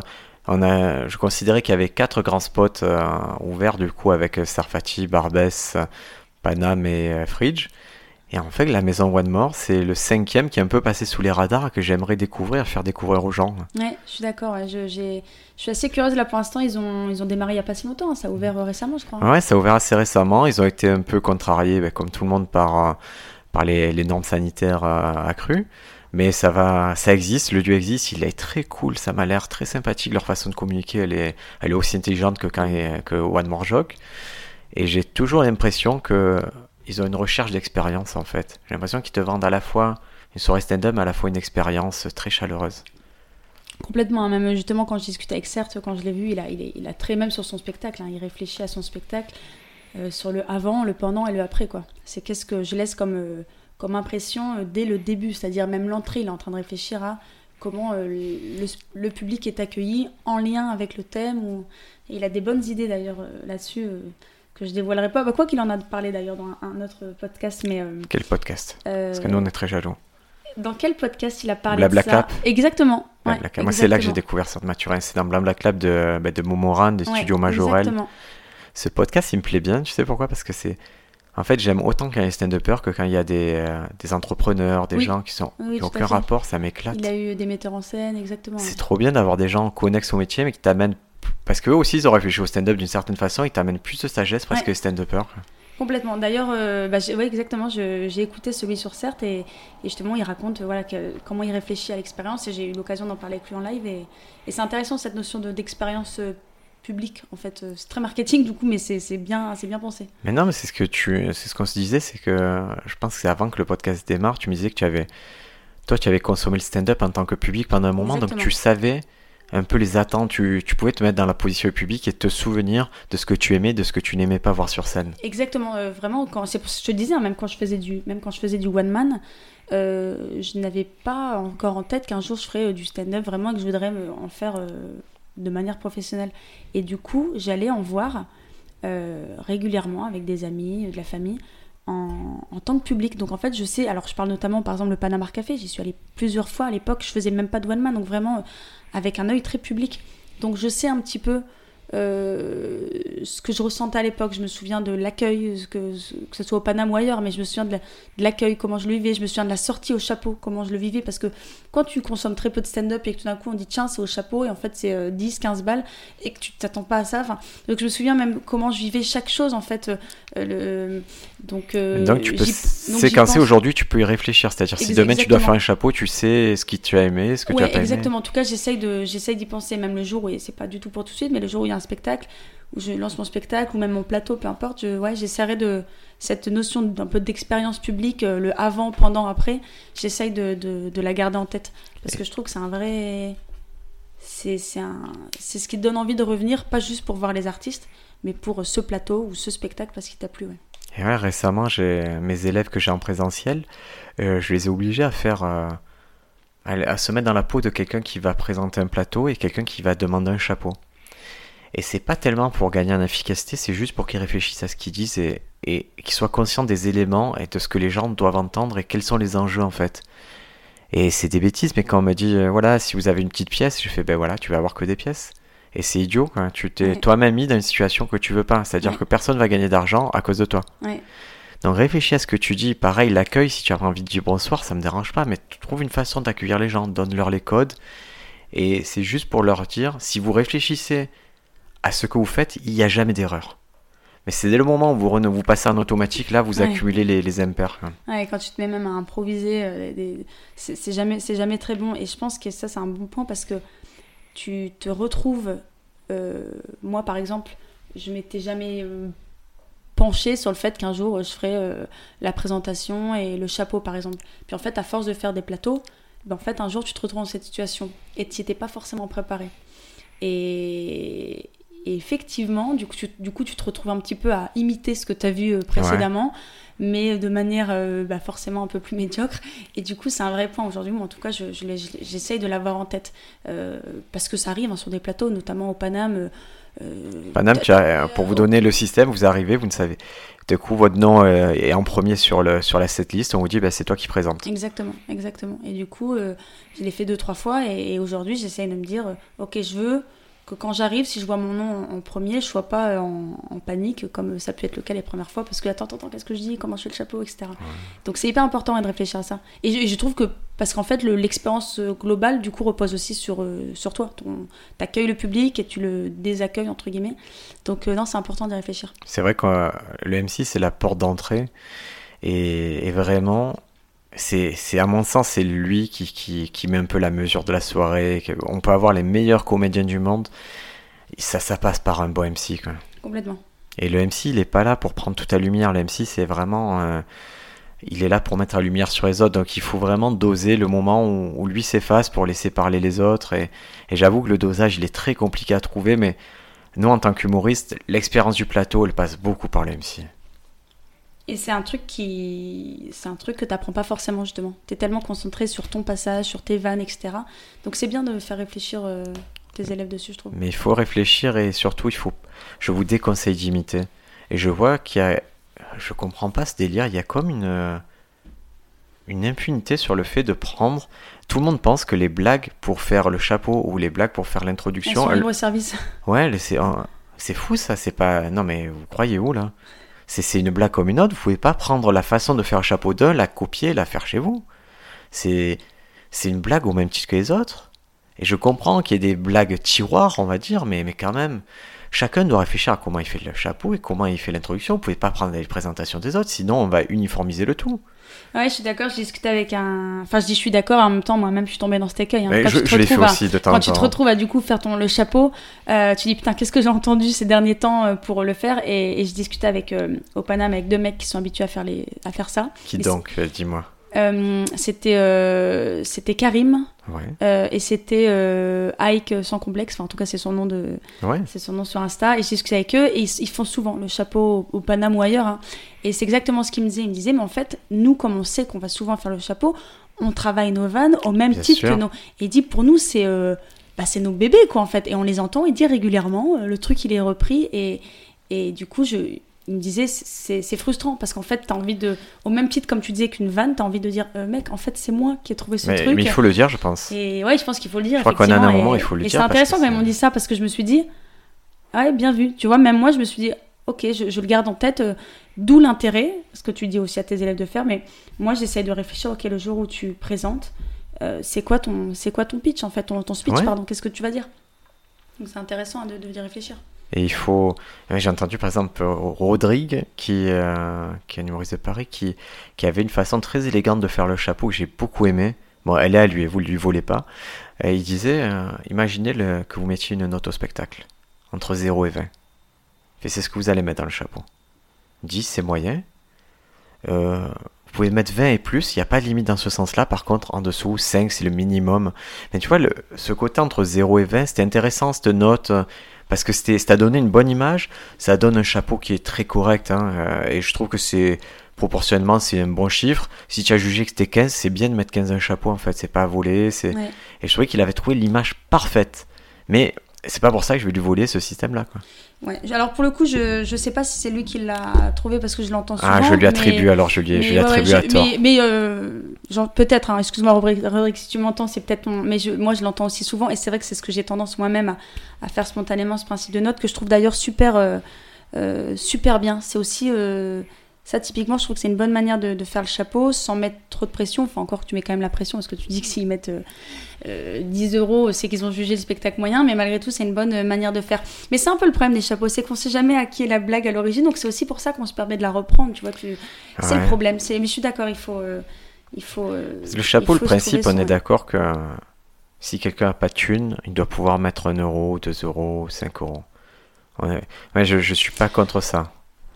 je considérais qu'il y avait 4 grands spots ouverts, du coup, avec Sarfati, Barbès, Paname et Fridge. Et en fait, la maison One More, c'est le 5e qui est un peu passé sous les radars, que j'aimerais faire découvrir aux gens. Ouais, je suis d'accord. Ouais, je suis assez curieuse là pour l'instant. Ils ont démarré il n'y a pas si longtemps. Hein, ça a ouvert récemment, je crois. Ouais, ça a ouvert assez récemment. Ils ont été un peu contrariés, comme tout le monde, par les normes sanitaires accrues. Mais ça existe, le duo existe, il est très cool, ça m'a l'air très sympathique, leur façon de communiquer, elle est aussi intelligente que One More Joke. Et j'ai toujours l'impression qu'ils ont une recherche d'expérience en fait. J'ai l'impression qu'ils te vendent à la fois une soirée stand-up, mais à la fois une expérience très chaleureuse. Complètement, hein, même justement quand je discute avec Certes, quand je l'ai vu, il a très même sur son spectacle, hein, il réfléchit à son spectacle, sur le avant, le pendant et le après, quoi. C'est qu'est-ce que je laisse comme impression dès le début, c'est-à-dire même l'entrée, il est en train de réfléchir à comment le public est accueilli en lien avec le thème. Et il a des bonnes idées d'ailleurs là-dessus que je dévoilerai pas. Quoi qu'il en a parlé d'ailleurs dans un autre podcast. Mais, Quel podcast Parce que nous on est très jaloux. Dans quel podcast il a parlé Blabla de ça Clap. Exactement. Ouais, Moi c'est là que j'ai découvert Sorte Mathurin, c'est dans Blabla Clap de Momoran, des studios Majorel. Exactement. Ce podcast il me plaît bien, tu sais pourquoi? Parce que c'est... En fait, j'aime autant quand il y a des stand-uppers que quand il y a des entrepreneurs, des gens qui n'ont aucun rapport, ça m'éclate. Il a eu des metteurs en scène, exactement. C'est trop bien d'avoir des gens connexes au métier, mais qui t'amènent... Parce qu'eux aussi, ils ont réfléchi au stand-up d'une certaine façon, ils t'amènent plus de sagesse presque que les stand-uppers. Complètement. D'ailleurs, exactement, j'ai écouté celui sur Certes, et justement, il raconte comment il réfléchit à l'expérience, et j'ai eu l'occasion d'en parler avec lui en live, et c'est intéressant cette notion d'expérience public en fait, c'est très marketing du coup, mais c'est bien pensé. Mais non, mais c'est ce qu'on se disait, c'est que je pense que c'est avant que le podcast démarre, tu me disais que tu avais consommé le stand-up en tant que public pendant un moment. Exactement. Donc tu savais un peu les attentes, tu pouvais te mettre dans la position publique et te souvenir de ce que tu aimais, de ce que tu n'aimais pas voir sur scène. Vraiment, c'est pour ce que je te disais, hein, même quand je faisais du one man, je n'avais pas encore en tête qu'un jour je ferais du stand-up vraiment, et que je voudrais en faire de manière professionnelle. Et du coup, j'allais en voir régulièrement avec des amis, de la famille, en tant que public. Donc en fait, je sais, alors je parle notamment par exemple le Panama Café, j'y suis allée plusieurs fois à l'époque, je faisais même pas de one man, donc vraiment avec un œil très public. Donc je sais un petit peu ce que je ressentais à l'époque. Je me souviens de l'accueil, que ce soit au Paname ou ailleurs, mais je me souviens de l'accueil, comment je le vivais. Je me souviens de la sortie au chapeau, comment je le vivais. Parce que quand tu consommes très peu de stand-up et que tout d'un coup on dit tiens, c'est au chapeau, et en fait c'est 10, 15 balles, et que tu t'attends pas à ça. Enfin, donc je me souviens même comment je vivais chaque chose en fait. Donc tu peux séquencer aujourd'hui, tu peux y réfléchir. C'est-à-dire si demain tu dois faire un chapeau, tu sais ce que tu as aimé, ce que tu as pas exactement. aimé. En tout cas, j'essaye d'y penser, même le jour où, et c'est pas du tout pour tout de suite, mais le jour où il y a un spectacle, où je lance mon spectacle, ou même mon plateau, peu importe, j'essaierai de cette notion d'un peu d'expérience publique, le avant, pendant, après, j'essaye de la garder en tête. Parce que je trouve que c'est un vrai... C'est ce qui te donne envie de revenir, pas juste pour voir les artistes, mais pour ce plateau ou ce spectacle parce qu'il t'a plu. Ouais. Et ouais, récemment, mes élèves que j'ai en présentiel, je les ai obligés à faire... à se mettre dans la peau de quelqu'un qui va présenter un plateau et quelqu'un qui va demander un chapeau. Et c'est pas tellement pour gagner en efficacité, c'est juste pour qu'ils réfléchissent à ce qu'ils disent et qu'ils soient conscients des éléments et de ce que les gens doivent entendre et quels sont les enjeux en fait. Et c'est des bêtises, mais quand on me dit, voilà, si vous avez une petite pièce, je fais, ben voilà, tu vas avoir que des pièces. Et c'est idiot, quand tu t'es toi-même mis dans une situation que tu veux pas. C'est-à-dire que personne va gagner d'argent à cause de toi. Ouais. Donc réfléchis à ce que tu dis. Pareil, l'accueil, si tu as envie de dire bonsoir, ça me dérange pas, mais trouve une façon d'accueillir les gens, donne-leur les codes. Et c'est juste pour leur dire, si vous réfléchissez à ce que vous faites, il n'y a jamais d'erreur. Mais c'est dès le moment où vous passez en automatique, là, vous accumulez les impairs. Ouais, quand tu te mets même à improviser, c'est jamais très bon. Et je pense que ça, c'est un bon point parce que tu te retrouves... moi, par exemple, je m'étais jamais penchée sur le fait qu'un jour, je ferais la présentation et le chapeau, par exemple. Puis en fait, à force de faire des plateaux, en fait, un jour, tu te retrouves dans cette situation et tu n'y étais pas forcément préparé. Et effectivement, du coup, tu te retrouves un petit peu à imiter ce que tu as vu précédemment, mais de manière forcément un peu plus médiocre. Et du coup, c'est un vrai point aujourd'hui. Moi, en tout cas, j'essaye de l'avoir en tête. Parce que ça arrive sur des plateaux, notamment au Paname. Paname, pour vous donner le système, vous arrivez, vous ne savez. Du coup, votre nom est en premier sur la setlist. On vous dit, c'est toi qui présente. Exactement. Et du coup, je l'ai fait 2-3 fois. Et aujourd'hui, j'essaye de me dire, ok, je veux que quand j'arrive, si je vois mon nom en premier, je ne sois pas en panique, comme ça peut être le cas les premières fois, parce que attends, qu'est-ce que je dis, comment je fais le chapeau, etc. Ouais. Donc c'est hyper important de réfléchir à ça. Et je trouve que, parce qu'en fait, l'expérience globale, du coup, repose aussi sur toi. T'accueilles le public et tu le désaccueilles, entre guillemets. Donc non, c'est important d'y réfléchir. C'est vrai que le MC, c'est la porte d'entrée. Et vraiment... C'est à mon sens, c'est lui qui met un peu la mesure de la soirée. On peut avoir les meilleurs comédiens du monde, ça passe par un bon MC, quoi. Complètement. Et le MC, il est pas là pour prendre toute la lumière. Le MC, c'est vraiment, il est là pour mettre la lumière sur les autres. Donc il faut vraiment doser le moment où lui s'efface pour laisser parler les autres. Et j'avoue que le dosage, il est très compliqué à trouver, mais nous, en tant qu'humoristes, l'expérience du plateau, elle passe beaucoup par le MC. Et c'est un truc que t'apprends pas forcément, justement. T'es tellement concentré sur ton passage, sur tes vannes, etc. Donc c'est bien de faire réfléchir tes élèves dessus, je trouve. Mais il faut réfléchir et surtout, je vous déconseille d'imiter. Et je vois je comprends pas ce délire, il y a comme une impunité sur le fait de prendre... Tout le monde pense que les blagues pour faire le chapeau ou les blagues pour faire l'introduction... Elles sont libre service. Ouais, c'est fou ça, c'est pas... Non mais vous croyez où là ? C'est une blague comme une autre, vous pouvez pas prendre la façon de faire un chapeau d'un, la copier, la faire chez vous. C'est une blague au même titre que les autres. Et je comprends qu'il y ait des blagues tiroirs, on va dire, mais quand même, chacun doit réfléchir à comment il fait le chapeau et comment il fait l'introduction. Vous pouvez pas prendre les présentations des autres, sinon on va uniformiser le tout. Ouais, je suis d'accord, je discutais avec je suis d'accord, en même temps, moi-même, je suis tombée dans cet écueil. Je l'ai fait aussi de temps en temps. Quand tu te retrouves à, du coup, faire le chapeau, tu dis, putain, qu'est-ce que j'ai entendu ces derniers temps pour le faire, et je discutais au Paname avec 2 mecs qui sont habitués à faire ça. Qui donc, dis-moi. C'était Karim, et c'était Ike sans complexe, enfin en tout cas c'est son nom c'est son nom sur Insta, et je discutais avec eux et ils font souvent le chapeau au Paname ou ailleurs, hein. Et c'est exactement ce qu'il me disait, mais en fait nous, comme on sait qu'on va souvent faire le chapeau, on travaille nos vannes au même titre que nos, et il dit pour nous c'est nos bébés quoi en fait, et on les entend, il dit régulièrement le truc il est repris, et du coup il me disait, c'est frustrant parce qu'en fait, t'as envie au même titre comme tu disais qu'une vanne, t'as envie de dire, mec, en fait, c'est moi qui ai trouvé ce truc. Mais il faut le dire, je pense. Et ouais, je pense qu'il faut le dire. Je crois qu'à un moment, il faut le dire. Et c'est intéressant quand ils m'ont dit ça parce que je me suis dit, Ouais, bien vu. Tu vois, même moi, je me suis dit, ok, je le garde en tête, d'où l'intérêt, ce que tu dis aussi à tes élèves de faire, mais moi, j'essaye de réfléchir, ok, le jour où tu présentes, c'est quoi ton pitch, en fait, ton speech, Ouais. pardon, qu'est-ce que tu vas dire? Donc, c'est intéressant de réfléchir. Et il faut. J'ai entendu par exemple Rodrigue, qui est un humoriste de Paris, qui avait une façon très élégante de faire le chapeau que j'ai beaucoup aimé. Bon, elle est à lui, et vous ne lui volez pas. Et il disait imaginez que vous mettiez une note au spectacle, entre 0 et 20. Et c'est ce que vous allez mettre dans le chapeau. 10, c'est moyen. Vous pouvez mettre 20 et plus, il n'y a pas de limite dans ce sens-là. Par contre, en dessous, 5, c'est le minimum. Mais tu vois, ce côté entre 0 et 20, c'était intéressant, cette note, parce que ça a donné une bonne image, ça donne un chapeau qui est très correct, hein, et je trouve que proportionnellement, c'est un bon chiffre. Si tu as jugé que c'était 15, c'est bien de mettre 15 dans un chapeau, en fait, c'est pas volé. Ouais. Et je trouvais qu'il avait trouvé l'image parfaite. Mais c'est pas pour ça que je vais lui voler ce système-là, quoi. Ouais. Alors pour le coup, je sais pas si c'est lui qui l'a trouvé parce que je l'entends souvent. Ah, je lui attribue alors, je lui attribue à tort. Mais genre, peut-être, hein, excuse-moi Rodrigue, si tu m'entends, c'est peut-être moi je l'entends aussi souvent et c'est vrai que c'est ce que j'ai tendance moi-même à faire spontanément, ce principe de note que je trouve d'ailleurs super bien. C'est aussi ça, typiquement, je trouve que c'est une bonne manière de faire le chapeau sans mettre trop de pression. Enfin, encore que tu mets quand même la pression parce que tu dis que s'ils mettent 10 euros, c'est qu'ils ont jugé le spectacle moyen, mais malgré tout, c'est une bonne manière de faire. Mais c'est un peu le problème des chapeaux, c'est qu'on sait jamais à qui est la blague à l'origine, donc c'est aussi pour ça qu'on se permet de la reprendre, tu vois. C'est le problème. Mais je suis d'accord, il faut. Le chapeau, le principe, on est d'accord que si quelqu'un n'a pas de thune, il doit pouvoir mettre 1 euro, 2 euros, 5 euros. Ouais, je suis pas contre ça.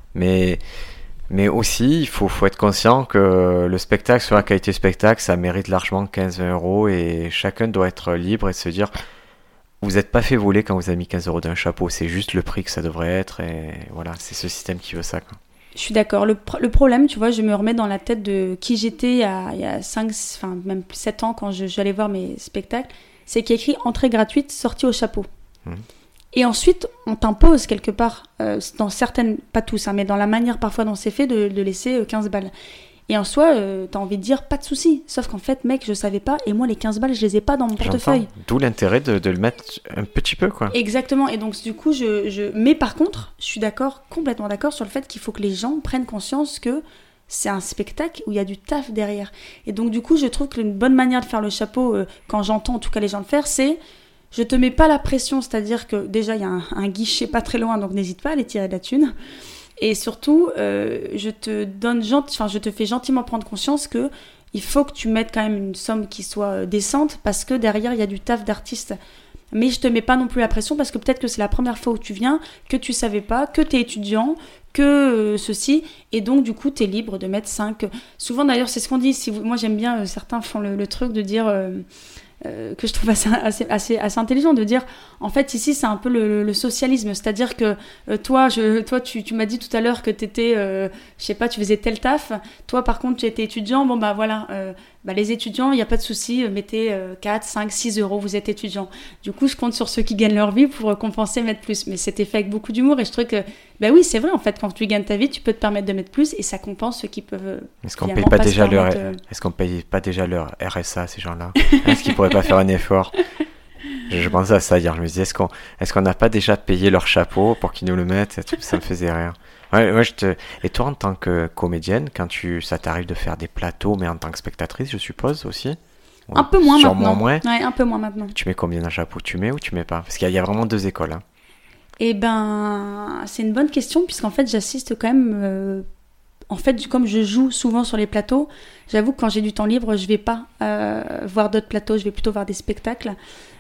Mais aussi, il faut être conscient que le spectacle, sur la qualité spectacle, ça mérite largement 15-20 euros et chacun doit être libre et se dire vous n'êtes pas fait voler quand vous avez mis 15 euros d'un chapeau, c'est juste le prix que ça devrait être et voilà, c'est ce système qui veut ça, quoi. Je suis d'accord. Le problème, tu vois, je me remets dans la tête de qui j'étais il y a 5, enfin même 7 ans quand j'allais voir mes spectacles, c'est qu'il y a écrit entrée gratuite, sortie au chapeau. Et ensuite, on t'impose quelque part, dans certaines, pas tous, hein, mais dans la manière parfois dont c'est fait, de laisser 15 balles. Et en soi, t'as envie de dire pas de souci. Sauf qu'en fait, mec, je savais pas, et moi, les 15 balles, je les ai pas dans mon portefeuille. D'où l'intérêt de le mettre un petit peu, quoi. Exactement. Et donc, du coup, mais par contre, je suis complètement d'accord sur le fait qu'il faut que les gens prennent conscience que c'est un spectacle où il y a du taf derrière. Et donc, du coup, je trouve qu'une bonne manière de faire le chapeau, quand j'entends en tout cas les gens le faire, c'est je te mets pas la pression, c'est-à-dire que déjà, il y a un guichet pas très loin, donc n'hésite pas à aller tirer de la thune. Et surtout, je te fais gentiment prendre conscience que il faut que tu mettes quand même une somme qui soit décente parce que derrière, il y a du taf d'artiste. Mais je te mets pas non plus la pression parce que peut-être que c'est la première fois où tu viens, que tu savais pas, que tu es étudiant, que ceci, et donc du coup, tu es libre de mettre 5. Souvent d'ailleurs, c'est ce qu'on dit. Moi, j'aime bien, certains font le truc de dire... que je trouve assez intelligent de dire en fait ici c'est un peu le socialisme, c'est-à-dire que toi tu m'as dit tout à l'heure que t'étais je sais pas, tu faisais tel taf, toi par contre tu étais étudiant, bon bah voilà, les étudiants il n'y a pas de souci, mettez 4, 5, 6 euros, vous êtes étudiant, du coup je compte sur ceux qui gagnent leur vie pour compenser, mettre plus, mais c'était fait avec beaucoup d'humour et je trouve que oui c'est vrai en fait, quand tu gagnes ta vie tu peux te permettre de mettre plus et ça compense ceux qui peuvent. Est-ce qu'on paye pas déjà leur RSA, ces gens-là? Est-ce qu'ils pourraient pas faire un effort? Je pensais à ça hier, je me disais est-ce qu'on n'a pas déjà payé leur chapeau pour qu'ils nous le mettent? Ça me faisait rire. Ouais, et toi en tant que comédienne, ça t'arrive de faire des plateaux mais en tant que spectatrice, je suppose aussi? Un peu moins sûrement maintenant. Moins. Ouais, un peu moins maintenant. Tu mets combien d'un chapeau? Tu mets ou tu mets pas? Parce qu'il y a vraiment 2 écoles, hein. Eh ben, c'est une bonne question puisqu'en fait j'assiste quand même. En fait, comme je joue souvent sur les plateaux, j'avoue que quand j'ai du temps libre, je vais pas voir d'autres plateaux, je vais plutôt voir des spectacles.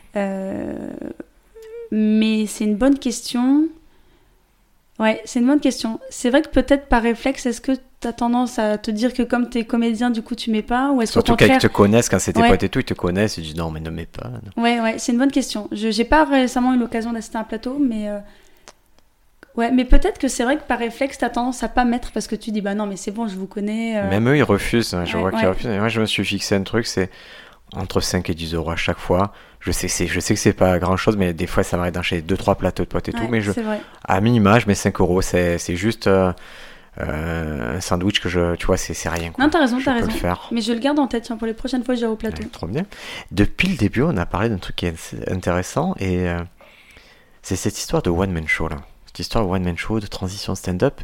Mais c'est une bonne question. Ouais, c'est une bonne question. C'est vrai que peut-être par réflexe, est-ce que tu as tendance à te dire que comme tu es comédien, du coup, tu mets pas, ou est-ce surtout qu'au contraire... qu'ils te connaissent, quand c'est tes potes et tout, ils te connaissent, ils disent non, mais ne mets pas. Non. Ouais, c'est une bonne question. J'ai pas récemment eu l'occasion d'assister à un plateau, mais... Ouais, mais peut-être que c'est vrai que par réflexe, t'as tendance à pas mettre parce que tu dis bah non, mais c'est bon, je vous connais. Même eux, ils refusent. Je vois qu'ils refusent. Et moi, je me suis fixé un truc, c'est entre 5 et 10 euros à chaque fois. Je sais que c'est pas grand chose, mais des fois, ça m'arrive d'enchaîner 2-3 plateaux de potes et tout. Mais à minima, je mets 5 euros. C'est juste un sandwich que tu vois, c'est rien, quoi. Non, t'as raison. Le faire. Mais je le garde en tête, tiens, pour les prochaines fois que j'irai au plateau. Ouais, trop bien. Depuis le début, on a parlé d'un truc qui est intéressant et. c'est cette histoire de one-man show, là. Cette histoire de one-man show, de transition stand-up.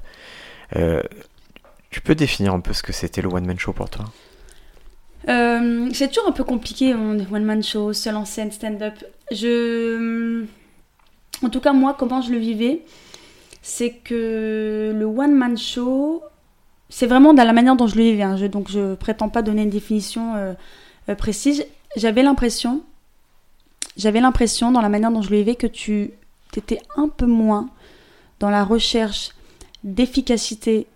Tu peux définir un peu ce que c'était le one-man show pour toi? C'est toujours un peu compliqué, one-man show, seul en scène, stand-up. En tout cas, moi, comment je le vivais, c'est que le one-man show, c'est vraiment dans la manière dont je le vivais. Hein. Donc, je prétends pas donner une définition précise. J'avais l'impression, dans la manière dont je le vivais, que tu étais un peu moins dans la recherche d'efficacité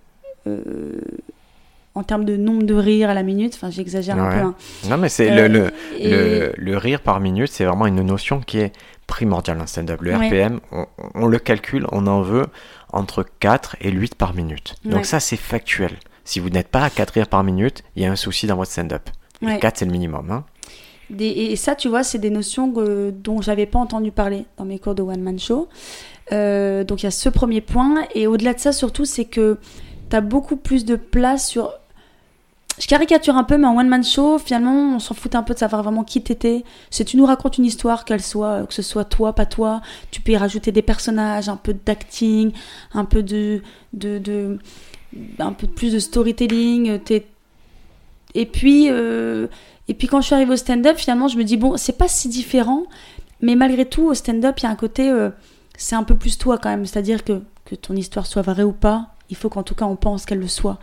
en termes de nombre de rires à la minute. Enfin, j'exagère un peu. Hein. Non, mais c'est le rire par minute, c'est vraiment une notion qui est primordiale en stand-up. Le RPM, on le calcule, on en veut entre 4 et 8 par minute. Donc ça, c'est factuel. Si vous n'êtes pas à 4 rires par minute, il y a un souci dans votre stand-up. 4, c'est le minimum. Hein. Et ça, tu vois, c'est des notions dont j'avais pas entendu parler dans mes cours de one-man show. Donc, il y a ce premier point. Et au-delà de ça, surtout, c'est que tu as beaucoup plus de place sur... Je caricature un peu, mais en one-man show, finalement, on s'en fout un peu de savoir vraiment qui t'étais. Si tu nous racontes une histoire, que ce soit toi, pas toi, tu peux y rajouter des personnages, un peu d'acting, un peu un peu plus de storytelling. Et puis, quand je suis arrivée au stand-up, finalement, je me dis, bon, c'est pas si différent, mais malgré tout, au stand-up, il y a un côté, c'est un peu plus toi quand même. C'est-à-dire que ton histoire soit vraie ou pas, il faut qu'en tout cas, on pense qu'elle le soit.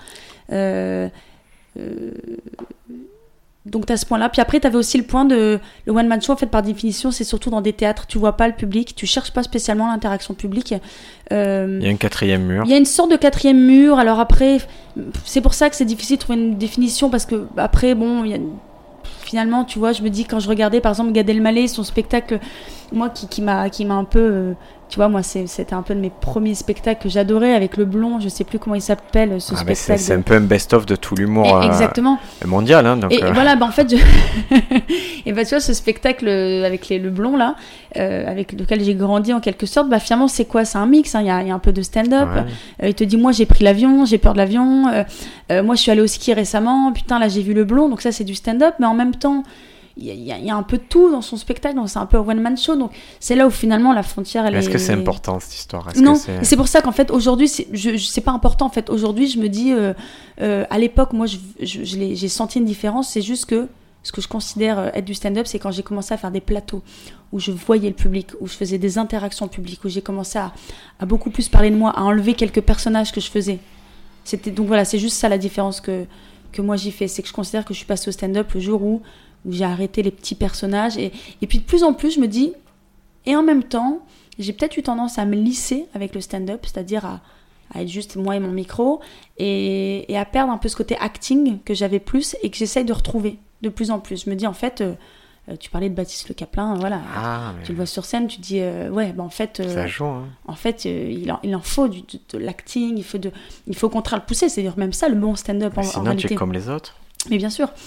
Donc tu as ce point là, puis après tu avais aussi le point de le one man show, en fait par définition c'est surtout dans des théâtres, tu vois pas le public, tu cherches pas spécialement l'interaction publique, il y a un quatrième mur, il y a une sorte de quatrième mur. Alors après c'est pour ça que c'est difficile de trouver une définition, parce que après bon finalement tu vois, je me dis quand je regardais par exemple Gad Elmaleh, son spectacle, moi qui m'a un peu tu vois, moi, c'était un peu de mes premiers spectacles que j'adorais, avec le blond, je sais plus comment il s'appelle, ce spectacle. C'est un peu un best-of de tout l'humour exactement. Mondial. Hein, donc, et voilà, en fait, et tu vois, ce spectacle avec le blond, là, avec lequel j'ai grandi en quelque sorte, finalement, c'est quoi? C'est un mix, hein, y a un peu de stand-up. Il te dit, moi, j'ai pris l'avion, j'ai peur de l'avion. Moi, je suis allée au ski récemment, putain, là, j'ai vu le blond, donc ça, c'est du stand-up, mais en même temps... Il y a un peu de tout dans son spectacle, donc c'est un peu un one-man show, donc c'est là où finalement la frontière elle Est-ce que c'est important cette histoire? Non, c'est pour ça qu'en fait aujourd'hui c'est pas important. En fait aujourd'hui je me dis à l'époque moi j'ai senti une différence. C'est juste que ce que je considère être du stand-up, c'est quand j'ai commencé à faire des plateaux où je voyais le public, où je faisais des interactions publiques, où j'ai commencé à beaucoup plus parler de moi, à enlever quelques personnages que je faisais. Donc voilà, c'est juste ça la différence que moi j'y fais, c'est que je considère que je suis passée au stand-up le jour où j'ai arrêté les petits personnages, et puis de plus en plus je me dis, et en même temps j'ai peut-être eu tendance à me lisser avec le stand-up, c'est-à-dire à être juste moi et mon micro, et à perdre un peu ce côté acting que j'avais plus et que j'essaye de retrouver de plus en plus. Je me dis en fait, tu parlais de Baptiste Le Caplin, voilà, tu le vois sur scène, tu dis en fait ça joue, hein. En fait il en faut de l'acting, il faut contraire le pousser, c'est-à-dire même ça le bon stand-up en sinon réalité. Tu es comme les autres. Mais bien sûr.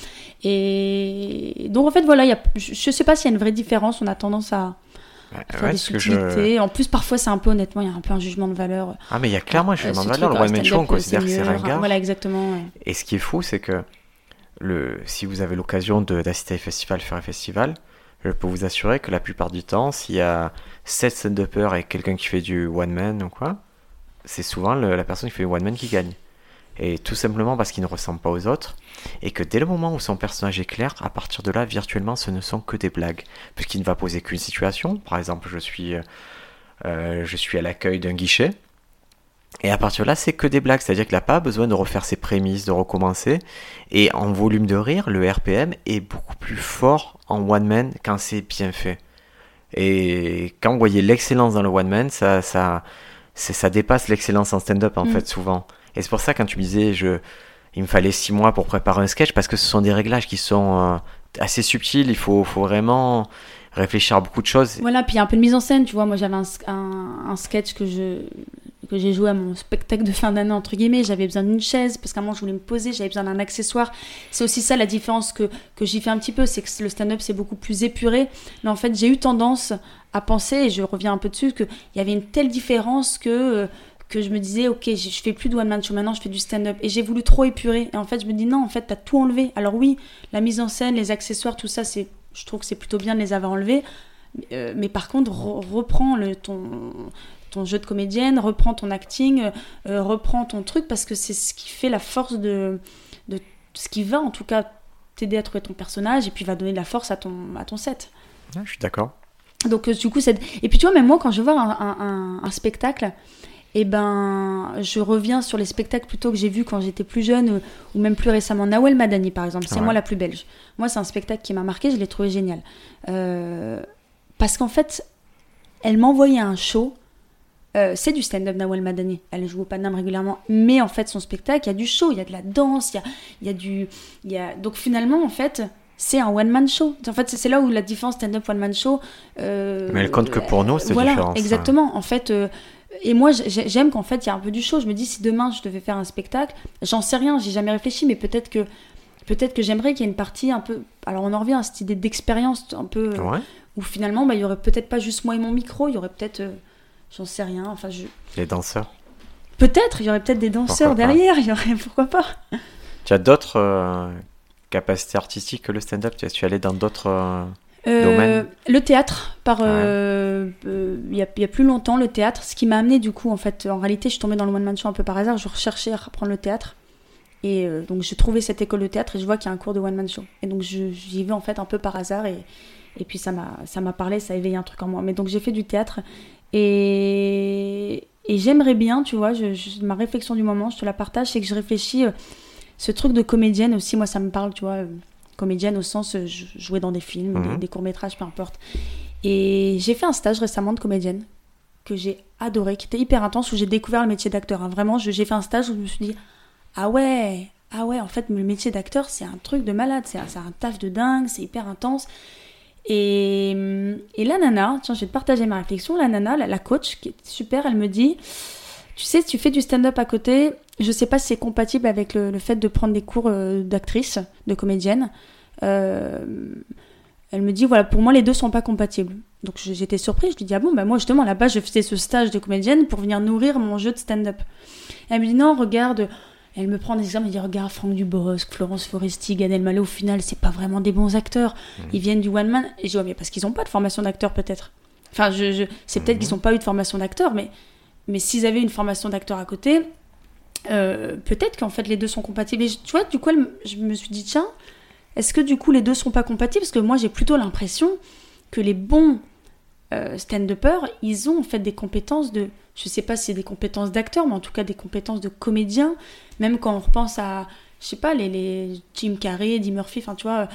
Et donc en fait voilà, je sais pas s'il y a une vraie différence, on a tendance à faire des subtilités. En plus parfois c'est un peu, honnêtement, il y a un peu un jugement de valeur. Ah mais il y a clairement un jugement de valeur, le one-man show on considère que c'est ringard. Voilà, exactement. Ouais. Et ce qui est fou, c'est que si vous avez l'occasion d'assister à un festival, je peux vous assurer que la plupart du temps, s'il y a 7 stand-uppers et quelqu'un qui fait du one-man ou quoi, c'est souvent la personne qui fait du one-man qui gagne. Et tout simplement parce qu'il ne ressemble pas aux autres, et que dès le moment où son personnage est clair, à partir de là, virtuellement, ce ne sont que des blagues, puisqu'il ne va poser qu'une situation. Par exemple, je suis à l'accueil d'un guichet, et à partir de là, c'est que des blagues, c'est-à-dire qu'il n'a pas besoin de refaire ses prémices, de recommencer. Et en volume de rire, le RPM est beaucoup plus fort en one man quand c'est bien fait. Et quand vous voyez l'excellence dans le one man, ça dépasse l'excellence en stand-up en fait souvent. Et c'est pour ça quand tu me disais il me fallait 6 mois pour préparer un sketch, parce que ce sont des réglages qui sont assez subtils, il faut vraiment réfléchir à beaucoup de choses. Voilà, puis il y a un peu de mise en scène, tu vois, moi j'avais un sketch que j'ai joué à mon spectacle de fin d'année entre guillemets, j'avais besoin d'une chaise parce qu'à un moment je voulais me poser, j'avais besoin d'un accessoire. C'est aussi ça la différence que j'y fais un petit peu, c'est que le stand-up c'est beaucoup plus épuré, mais en fait j'ai eu tendance à penser, et je reviens un peu dessus, qu'il y avait une telle différence que je me disais ok, je fais plus de one man show, maintenant je fais du stand-up, et j'ai voulu trop épurer, et en fait je me dis non, en fait t'as tout enlevé. Alors oui, la mise en scène, les accessoires, tout ça, je trouve que c'est plutôt bien de les avoir enlevés, Mais par contre, reprends ton jeu de comédienne, reprends ton acting, reprends ton truc, parce que c'est ce qui fait la force de ce qui va en tout cas t'aider à trouver ton personnage, et puis va donner de la force à ton set. Ouais, je suis d'accord. Donc du coup, et puis tu vois, même moi, quand je vois un spectacle, et ben, je reviens sur les spectacles plutôt que j'ai vus quand j'étais plus jeune, ou même plus récemment. Nawel Madani, par exemple, c'est moi la plus belge. Moi, c'est un spectacle qui m'a marqué, je l'ai trouvé génial. Parce qu'en fait, elle m'envoyait un show. C'est du stand-up, Nawel Madani. Elle joue au Paname régulièrement, mais en fait, son spectacle, il y a du show, il y a de la danse, donc finalement, en fait, c'est un one-man show. En fait, c'est là où la différence stand-up one-man show. Mais elle compte que pour nous, c'est voilà, différent. Exactement. En fait, et moi, j'aime qu'en fait, il y a un peu du show. Je me dis, si demain je devais faire un spectacle, j'en sais rien, j'ai jamais réfléchi, mais peut-être que j'aimerais qu'il y ait une partie un peu. Alors, on en revient à cette idée d'expérience un peu, où finalement, il y aurait peut-être pas juste moi et mon micro, il y aurait peut-être. J'en sais rien. Enfin, Les danseurs. Peut-être, il y aurait peut-être des danseurs derrière. Il y aurait, pourquoi pas. Tu as d'autres capacités artistiques que le stand-up? Tu es allé dans d'autres domaines? Le théâtre, il y a plus longtemps, le théâtre, ce qui m'a amené du coup, en fait, en réalité, je suis tombée dans le one-man show un peu par hasard. Je recherchais à apprendre le théâtre. Et donc, j'ai trouvé cette école de théâtre et je vois qu'il y a un cours de one-man show. Et donc, j'y vais en fait un peu par hasard. Et puis, ça m'a parlé, ça a éveillé un truc en moi. Mais donc, j'ai fait du théâtre. Et j'aimerais bien, tu vois, ma réflexion du moment, je te la partage, c'est que je réfléchis, ce truc de comédienne aussi, moi ça me parle, tu vois, comédienne au sens jouer dans des films, des courts-métrages, peu importe. Et j'ai fait un stage récemment de comédienne que j'ai adoré, qui était hyper intense, où j'ai découvert le métier d'acteur. Hein. Vraiment, j'ai fait un stage où je me suis dit, ah ouais, en fait, le métier d'acteur, c'est un truc de malade, c'est un taf de dingue, c'est hyper intense. Et la nana, tiens, je vais te partager ma réflexion. La nana, la coach, qui est super, elle me dit, tu sais, si tu fais du stand-up à côté, je sais pas si c'est compatible avec le fait de prendre des cours d'actrice, de comédienne. Elle me dit, voilà, pour moi, les deux sont pas compatibles. Donc j'étais surprise, je lui dis, ah bon, bah moi justement, là-bas, je faisais ce stage de comédienne pour venir nourrir mon jeu de stand-up. Elle me dit, non, regarde... Elle me prend des exemples, elle dit regarde Franck Dubosc, Florence Foresti, Gad Elmaleh, au final c'est pas vraiment des bons acteurs, ils viennent du one man. Et je dis mais parce qu'ils ont pas de formation d'acteur peut-être. Enfin c'est peut-être qu'ils ont pas eu de formation d'acteur, mais s'ils avaient une formation d'acteur à côté, peut-être qu'en fait les deux sont compatibles. Et tu vois, du coup je me suis dit tiens, est-ce que du coup les deux sont pas compatibles? Parce que moi j'ai plutôt l'impression que les bons stand-uppers, ils ont en fait des compétences de, je sais pas si c'est des compétences d'acteur, mais en tout cas des compétences de comédien, même quand on repense à, je sais pas, les Jim Carrey, Eddie Murphy, enfin tu vois,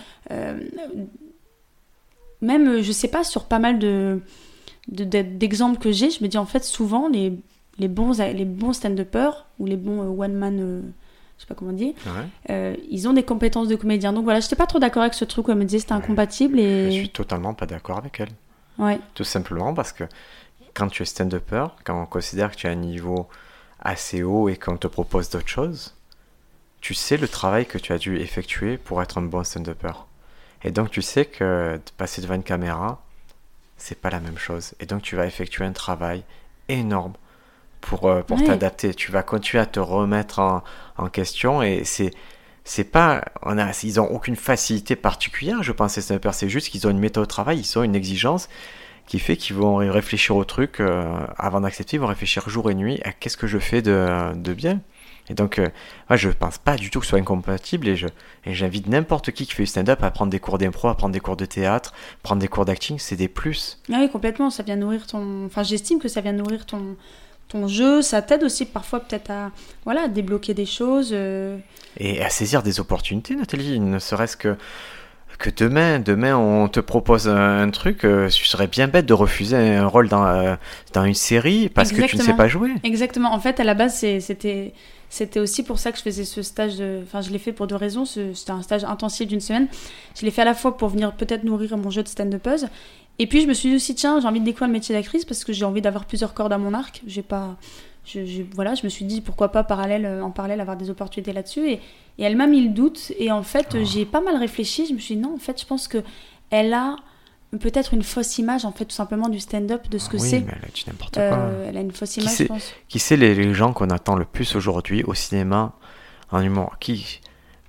même, je sais pas, sur pas mal d'exemples que j'ai, je me dis en fait souvent les bons stand-uppers, ou les bons one-man... je sais pas comment dire, ils ont des compétences de comédien. Donc voilà, j'étais pas trop d'accord avec ce truc où elle me disait c'était incompatible. Et... Je suis totalement pas d'accord avec elle. Ouais. Tout simplement parce que quand tu es stand-upper, quand on considère que tu as un niveau assez haut et qu'on te propose d'autres choses, tu sais le travail que tu as dû effectuer pour être un bon stand-upper. Et donc tu sais que de passer devant une caméra, c'est pas la même chose. Et donc tu vas effectuer un travail énorme pour t'adapter. Tu vas continuer à te remettre en question et c'est pas, ils ont aucune facilité particulière, je pense, ces stand-uppers. C'est juste qu'ils ont une méthode de travail, ils ont une exigence qui fait qu'ils vont réfléchir au truc avant d'accepter. Ils vont réfléchir jour et nuit à qu'est-ce que je fais de bien. Et donc, moi, je pense pas du tout que ce soit incompatible et j'invite n'importe qui fait du stand-up à prendre des cours d'impro, à prendre des cours de théâtre, prendre des cours d'acting, c'est des plus. Ah oui, complètement, ça vient nourrir ton... Enfin, j'estime que ça vient nourrir ton jeu, ça t'aide aussi parfois peut-être à débloquer des choses. Et à saisir des opportunités, Nathalie, ne serait-ce que demain on te propose un truc, tu serais bien bête de refuser un rôle dans une série parce que tu ne sais pas jouer. Exactement, en fait à la base c'était aussi pour ça que je faisais ce stage, enfin je l'ai fait pour deux raisons, c'était un stage intensif d'1 semaine, je l'ai fait à la fois pour venir peut-être nourrir mon jeu de stand-upeuse, et puis je me suis dit aussi tiens j'ai envie de découvrir le métier d'actrice parce que j'ai envie d'avoir plusieurs cordes à mon arc, je me suis dit pourquoi pas en parallèle avoir des opportunités là-dessus et elle m'a mis le doute et en fait j'ai pas mal réfléchi, je me suis dit non en fait je pense que elle a peut-être une fausse image en fait tout simplement du stand-up de ce que c'est. Oui mais elle a dit n'importe quoi. Elle a une fausse image je pense. Qui c'est les gens qu'on attend le plus aujourd'hui au cinéma en humour?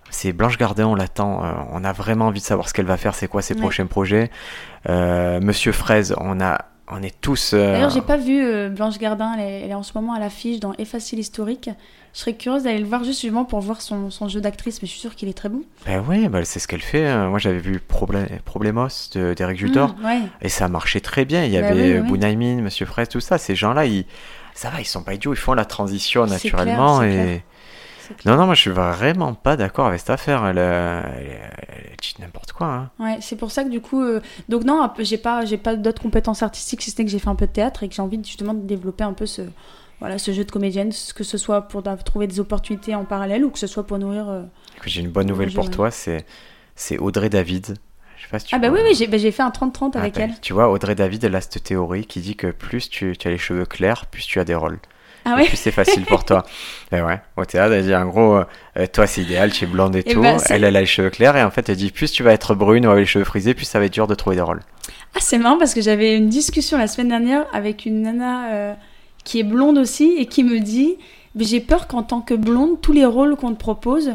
c'est Blanche Gardin, on l'attend. On a vraiment envie de savoir ce qu'elle va faire, c'est quoi ses prochains projets. Monsieur Fraise, on est tous... D'ailleurs, j'ai pas vu Blanche Gardin, elle est en ce moment à l'affiche dans Effacer l'historique. Je serais curieuse d'aller le voir justement pour voir son jeu d'actrice, mais je suis sûre qu'il est très bon. Ben oui, c'est ce qu'elle fait. Moi, j'avais vu Problemos d'Éric Judor, et ça marchait très bien. Il y avait Bounaïmin, Monsieur Fraise, tout ça. Ces gens-là, ça va, ils sont pas idiots, ils font la transition naturellement. C'est clair. Non, moi je suis vraiment pas d'accord avec cette affaire. Elle dit n'importe quoi. Hein. Ouais, c'est pour ça que du coup, donc non, j'ai pas d'autres compétences artistiques, si ce n'est que j'ai fait un peu de théâtre et que j'ai envie justement de développer un peu ce jeu de comédienne, que ce soit pour trouver des opportunités en parallèle ou que ce soit pour nourrir. J'ai une bonne nouvelle pour toi, c'est Audrey David. Je sais pas si tu vois. Oui, j'ai fait un 30-30 avec elle. Tu vois, Audrey David, elle a cette théorie qui dit que plus tu as les cheveux clairs, plus tu as des rôles. Ah ouais. Et puis c'est facile pour toi. Et ouais, au théâtre, elle dit en gros, toi c'est idéal, tu es blonde et tout. Elle a les cheveux clairs et en fait elle dit plus tu vas être brune ou avec les cheveux frisés, plus ça va être dur de trouver des rôles. Ah, c'est marrant parce que j'avais une discussion la semaine dernière avec une nana qui est blonde aussi et qui me dit j'ai peur qu'en tant que blonde, tous les rôles qu'on te propose,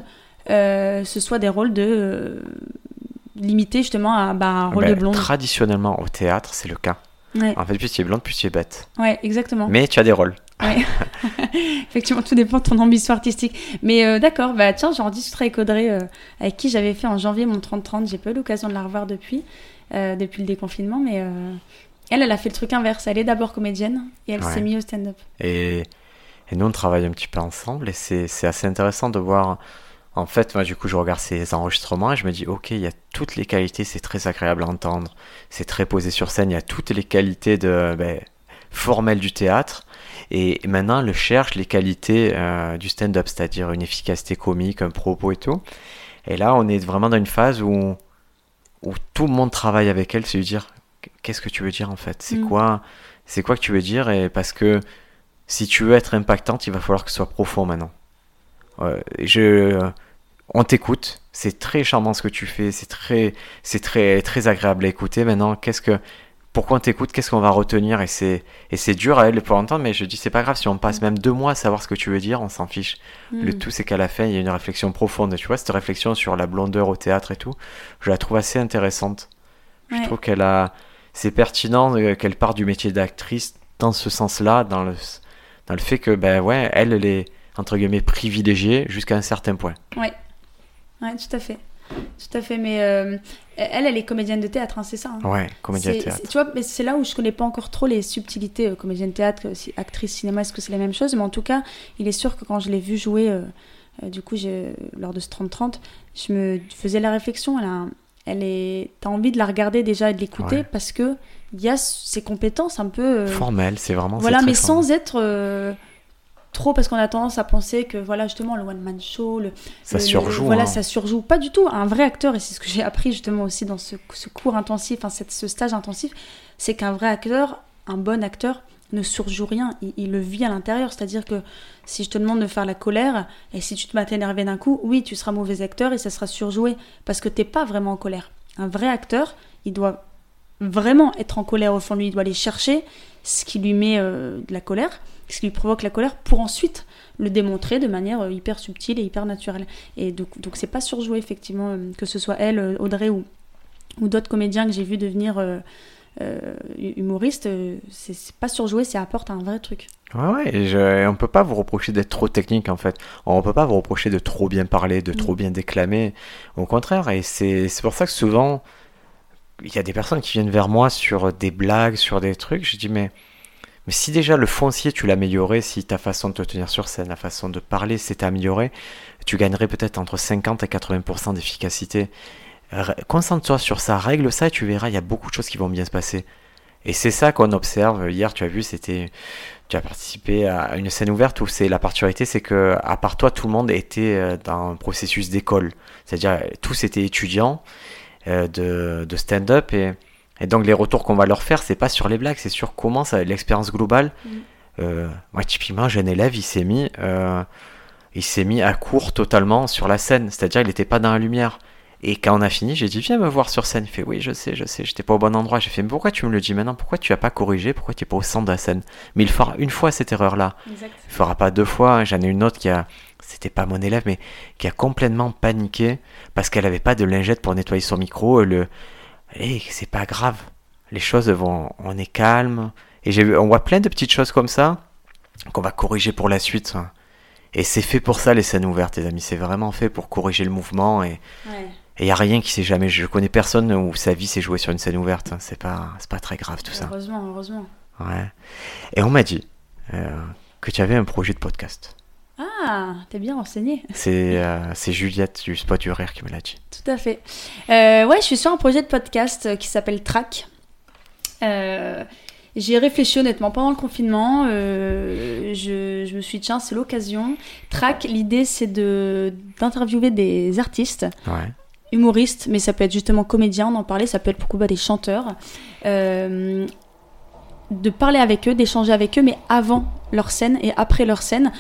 ce soit des rôles de limités justement à un rôle de blonde. Traditionnellement au théâtre, c'est le cas. Ouais. En fait, plus tu es blonde, plus tu es bête. Ouais, exactement. Mais tu as des rôles. Ouais. Effectivement, tout dépend de ton ambition artistique. Mais d'accord, tiens, j'en discuterai avec Audrey, avec qui j'avais fait en janvier mon 30-30. J'ai pas eu l'occasion de la revoir depuis le déconfinement, mais elle a fait le truc inverse. Elle est d'abord comédienne et elle s'est mise au stand-up. Et nous, on travaille un petit peu ensemble et c'est assez intéressant de voir. En fait, moi, du coup, je regarde ces enregistrements et je me dis, ok, il y a toutes les qualités, c'est très agréable à entendre, c'est très posé sur scène, il y a toutes les qualités formelles du théâtre. Et maintenant, elle cherche les qualités du stand-up, c'est-à-dire une efficacité comique, un propos et tout. Et là, on est vraiment dans une phase où tout le monde travaille avec elle, c'est lui dire, qu'est-ce que tu veux dire en fait ? C'est quoi que tu veux dire ? Et parce que si tu veux être impactante, il va falloir que ce soit profond maintenant. On t'écoute, c'est très charmant ce que tu fais, c'est très, très agréable à écouter. Maintenant, pourquoi on t'écoute, qu'est-ce qu'on va retenir, et c'est dur à elle pour entendre, mais je dis c'est pas grave si on passe même 2 mois à savoir ce que tu veux dire, on s'en fiche. Le tout c'est qu'à la fin il y a une réflexion profonde, tu vois, cette réflexion sur la blondeur au théâtre et tout, je la trouve assez intéressante. Je trouve c'est pertinent qu'elle parte du métier d'actrice dans ce sens-là, dans le fait que elle est entre guillemets privilégiée jusqu'à un certain point. Ouais, tout à fait, mais elle est comédienne de théâtre, hein, c'est ça hein. Ouais, comédienne de théâtre. Tu vois, mais c'est là où je connais pas encore trop les subtilités, comédienne de théâtre, actrice cinéma, est-ce que c'est la même chose ? Mais en tout cas, il est sûr que quand je l'ai vue jouer, du coup, lors de ce 30-30, je me faisais la réflexion, t'as envie de la regarder déjà et de l'écouter parce que il y a ses compétences un peu... formelles, c'est vraiment... Voilà, mais formel. sans être... trop, parce qu'on a tendance à penser que justement le one man show ça surjoue ça surjoue pas du tout. Un vrai acteur, et c'est ce que j'ai appris justement aussi dans ce cours intensif, ce stage intensif, c'est qu'un vrai acteur, un bon acteur ne surjoue rien, il le vit à l'intérieur. C'est-à-dire que si je te demande de faire la colère et si tu te mets à t'énerver d'un coup, oui, tu seras mauvais acteur et ça sera surjoué parce que t'es pas vraiment en colère. Un vrai acteur, il doit vraiment être en colère au fond de lui, il doit aller chercher ce qui lui met de la colère, ce qui lui provoque la colère, pour ensuite le démontrer de manière hyper subtile et hyper naturelle. Et donc c'est pas surjoué, effectivement, que ce soit elle, Audrey ou d'autres comédiens que j'ai vu devenir humoristes, c'est pas surjoué, ça apporte un vrai truc. Ouais, et on peut pas vous reprocher d'être trop technique en fait. On peut pas vous reprocher de trop bien parler, de trop bien déclamer. Au contraire, et c'est pour ça que souvent il y a des personnes qui viennent vers moi sur des blagues, sur des trucs. Je dis mais si déjà le foncier tu l'améliorais, si ta façon de te tenir sur scène, la façon de parler s'était améliorée, tu gagnerais peut-être entre 50 et 80% d'efficacité. Concentre-toi sur ça, règle ça et tu verras, il y a beaucoup de choses qui vont bien se passer. Et c'est ça qu'on observe. Hier, tu as vu, tu as participé à une scène ouverte où la particularité, c'est que à part toi, tout le monde était dans un processus d'école. C'est-à-dire, tous étaient étudiants de stand-up et donc les retours qu'on va leur faire, c'est pas sur les blagues, c'est sur comment l'expérience globale. Moi, typiquement, j'ai un élève, il s'est mis à court totalement sur la scène. C'est-à-dire, il n'était pas dans la lumière. Et quand on a fini, j'ai dit, viens me voir sur scène. Il fait, oui, je sais, j'étais pas au bon endroit. J'ai fait, mais pourquoi tu me le dis maintenant? Pourquoi tu as pas corrigé? Pourquoi tu es pas au centre de la scène? Mais il fera une fois cette erreur-là. Exact. Il fera pas 2 fois. Hein. J'en ai une autre c'était pas mon élève, mais qui a complètement paniqué parce qu'elle avait pas de lingette pour nettoyer son micro. C'est pas grave. Les choses on est calme. Et on voit plein de petites choses comme ça qu'on va corriger pour la suite. Hein. Et c'est fait pour ça, les scènes ouvertes, les amis. C'est vraiment fait pour corriger le mouvement et... Ouais. Et il n'y a rien qui s'est jamais... Je connais personne où sa vie s'est jouée sur une scène ouverte. Hein. C'est pas très grave tout ça. Heureusement. Ouais. Et on m'a dit que tu avais un projet de podcast. Ah, t'es bien renseigné. C'est Juliette du Spot du Rire qui me l'a dit. Tout à fait. Ouais, je suis sur un projet de podcast qui s'appelle Track. J'ai réfléchi honnêtement pendant le confinement. Je me suis dit, tiens, c'est l'occasion. Track, l'idée, c'est d'interviewer des artistes. Ouais. Humoristes, mais ça peut être justement comédiens, on en parlait, ça peut être pourquoi pas des chanteurs, de parler avec eux, d'échanger avec eux, mais avant leur scène et après leur scène,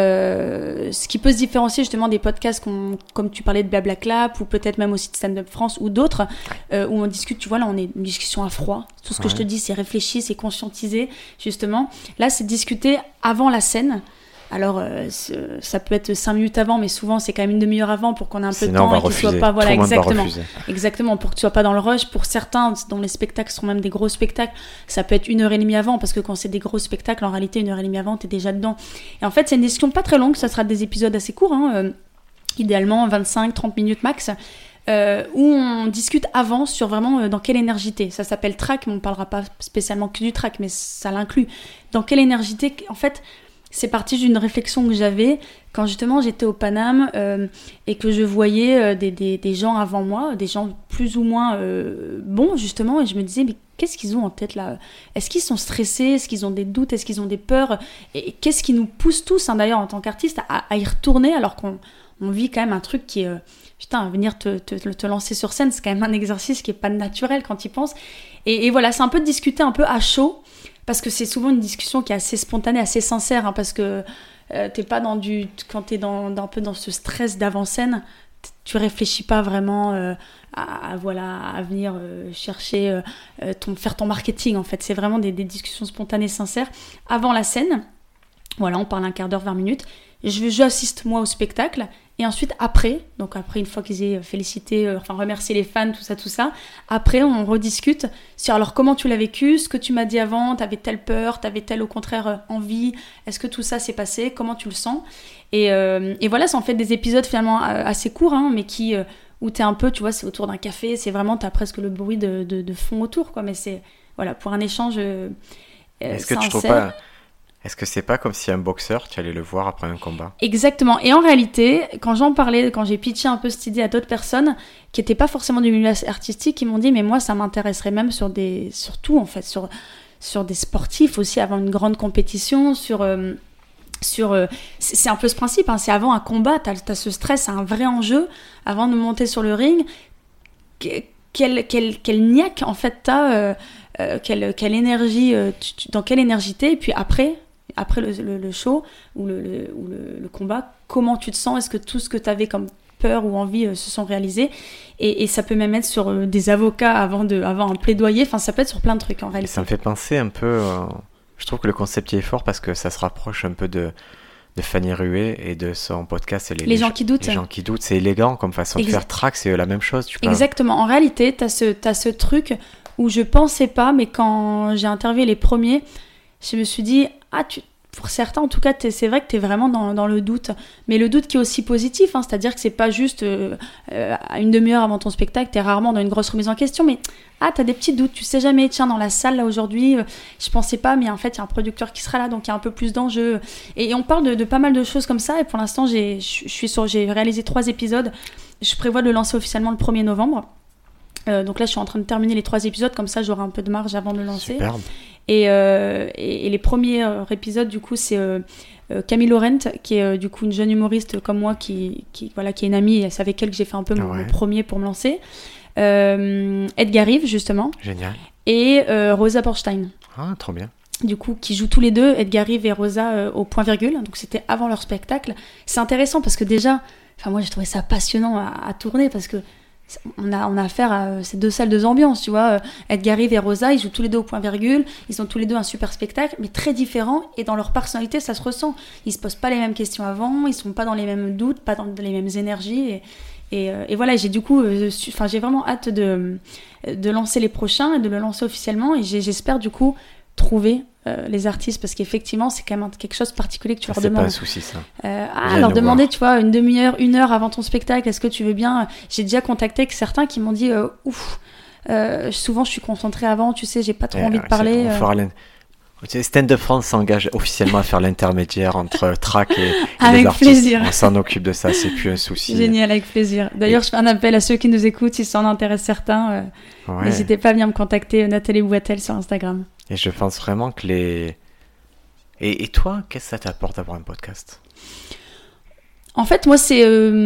ce qui peut se différencier justement des podcasts comme tu parlais de Blablaclap ou peut-être même aussi de Stand Up France ou d'autres, où on discute, tu vois, là on est une discussion à froid, tout ce que je te dis c'est réfléchi, c'est conscientisé justement, là c'est discuter avant la scène. Alors, ça peut être 5 minutes avant, mais souvent c'est quand même une demi-heure avant pour qu'on ait un peu de temps et qu'il soit pas. Voilà, exactement, pour que tu sois pas dans le rush. Pour certains, dont les spectacles sont même des gros spectacles, ça peut être 1h30 avant, parce que quand c'est des gros spectacles, en réalité 1h30 avant, t'es déjà dedans. Et en fait, c'est une discussion pas très longue, ça sera des épisodes assez courts, hein, idéalement 25-30 minutes max. Où on discute avant sur vraiment dans quelle énergité. Ça s'appelle track, mais on ne parlera pas spécialement que du track, mais ça l'inclut. Dans quelle énergité, en fait. C'est parti d'une réflexion que j'avais quand justement j'étais au Paname et que je voyais des gens avant moi, des gens plus ou moins bons justement, et je me disais mais qu'est-ce qu'ils ont en tête là? Est-ce qu'ils sont stressés? Est-ce qu'ils ont des doutes? Est-ce qu'ils ont des peurs? Et qu'est-ce qui nous pousse tous, hein, d'ailleurs en tant qu'artiste, à y retourner alors qu'on vit quand même un truc qui est... venir te lancer sur scène, c'est quand même un exercice qui est pas naturel quand tu y penses. Et voilà, c'est un peu de discuter un peu à chaud, parce que c'est souvent une discussion qui est assez spontanée, assez sincère, hein, parce que t'es pas quand t'es un peu dans ce stress d'avant-scène, tu réfléchis pas vraiment à venir chercher faire ton marketing, en fait. C'est vraiment des discussions spontanées, sincères, avant la scène. Voilà, on parle un quart d'heure, 20 minutes. J'assiste moi au spectacle, et ensuite après une fois qu'ils aient félicité, remercié les fans, tout ça, après on rediscute sur alors comment tu l'as vécu, ce que tu m'as dit avant, t'avais telle peur, t'avais telle au contraire envie, est-ce que tout ça s'est passé, comment tu le sens, et voilà, ça en fait des épisodes finalement assez courts, hein, mais où t'es un peu, tu vois, c'est autour d'un café, c'est vraiment, t'as presque le bruit de fond autour, quoi, mais c'est, voilà, pour un échange Est-ce que tu trouves pas... Est-ce que c'est pas comme si un boxeur, tu allais le voir après un combat? Exactement. Et en réalité, quand j'en parlais, quand j'ai pitché un peu cette idée à d'autres personnes qui n'étaient pas forcément du milieu artistique, ils m'ont dit mais moi ça m'intéresserait même sur tout en fait, sur des sportifs aussi avant une grande compétition, c'est un peu ce principe, hein, c'est avant un combat, t'as ce stress, c'est un vrai enjeu avant de monter sur le ring. Quelle niaque en fait t'as, quelle énergie, dans quelle énergie t'es, et puis après le show ou le combat, comment tu te sens, est-ce que tout ce que tu avais comme peur ou envie se sont réalisés, et ça peut même être sur des avocats avant un plaidoyer, enfin ça peut être sur plein de trucs en réalité. Et ça me fait penser un peu, je trouve que le concept est fort parce que ça se rapproche un peu de Fanny Rué et de son podcast les gens qui doutent. Les gens qui doutent, c'est élégant comme façon de faire track, c'est la même chose. Exactement, en réalité t'as ce truc où je pensais pas, mais quand j'ai interviewé les premiers, je me suis dit, pour certains en tout cas, c'est vrai que t'es vraiment dans le doute, mais le doute qui est aussi positif, hein, c'est-à-dire que c'est pas juste à une demi-heure avant ton spectacle, t'es rarement dans une grosse remise en question, mais t'as des petits doutes, tu sais jamais, tiens, dans la salle là aujourd'hui, je pensais pas, mais en fait il y a un producteur qui sera là, donc il y a un peu plus d'enjeux, et on parle de pas mal de choses comme ça, et pour l'instant j'ai réalisé 3 épisodes, je prévois de le lancer officiellement le 1er novembre. Donc là je suis en train de terminer les 3 épisodes, comme ça j'aurai un peu de marge avant de le lancer. Superbe. Et les premiers épisodes du coup c'est Camille Laurent qui est du coup une jeune humoriste comme moi qui est une amie, et c'est avec elle que j'ai fait un peu mon premier pour me lancer. Edgar Rive justement. Génial. Et Rosa Borstein. Ah, trop bien. Du coup, qui jouent tous les deux, Edgar Rive et Rosa, au point virgule. Donc c'était avant leur spectacle. C'est intéressant parce que déjà, moi j'ai trouvé ça passionnant à tourner, parce que on a affaire à ces 2 salles, 2 ambiances, tu vois. Edgar Rive et Rosa, ils jouent tous les 2 au point virgule, ils ont tous les 2 un super spectacle, mais très différents, et dans leur personnalité, ça se ressent. Ils se posent pas les mêmes questions avant, ils sont pas dans les mêmes doutes, pas dans les mêmes énergies, et voilà, j'ai du coup, j'ai vraiment hâte de lancer les prochains, et de le lancer officiellement, et j'espère du coup trouver les artistes, parce qu'effectivement c'est quand même quelque chose de particulier que tu leur demandes. C'est pas un souci, ça. Leur demander, tu vois, une demi-heure, 1 heure avant ton spectacle, est-ce que tu veux bien. J'ai déjà contacté certains qui m'ont dit souvent je suis concentrée avant, tu sais, j'ai pas trop envie de parler. Stand Up France s'engage officiellement à faire l'intermédiaire entre Track et avec les artistes. Plaisir. On s'en occupe de ça, c'est plus un souci. Génial, avec plaisir. D'ailleurs, je fais un appel à ceux qui nous écoutent, si ça en intéresse certains, n'hésitez pas à venir me contacter, Nathalie Boitel sur Instagram. Et je pense vraiment que Et toi, qu'est-ce que ça t'apporte d'avoir un podcast ? En fait, moi, c'est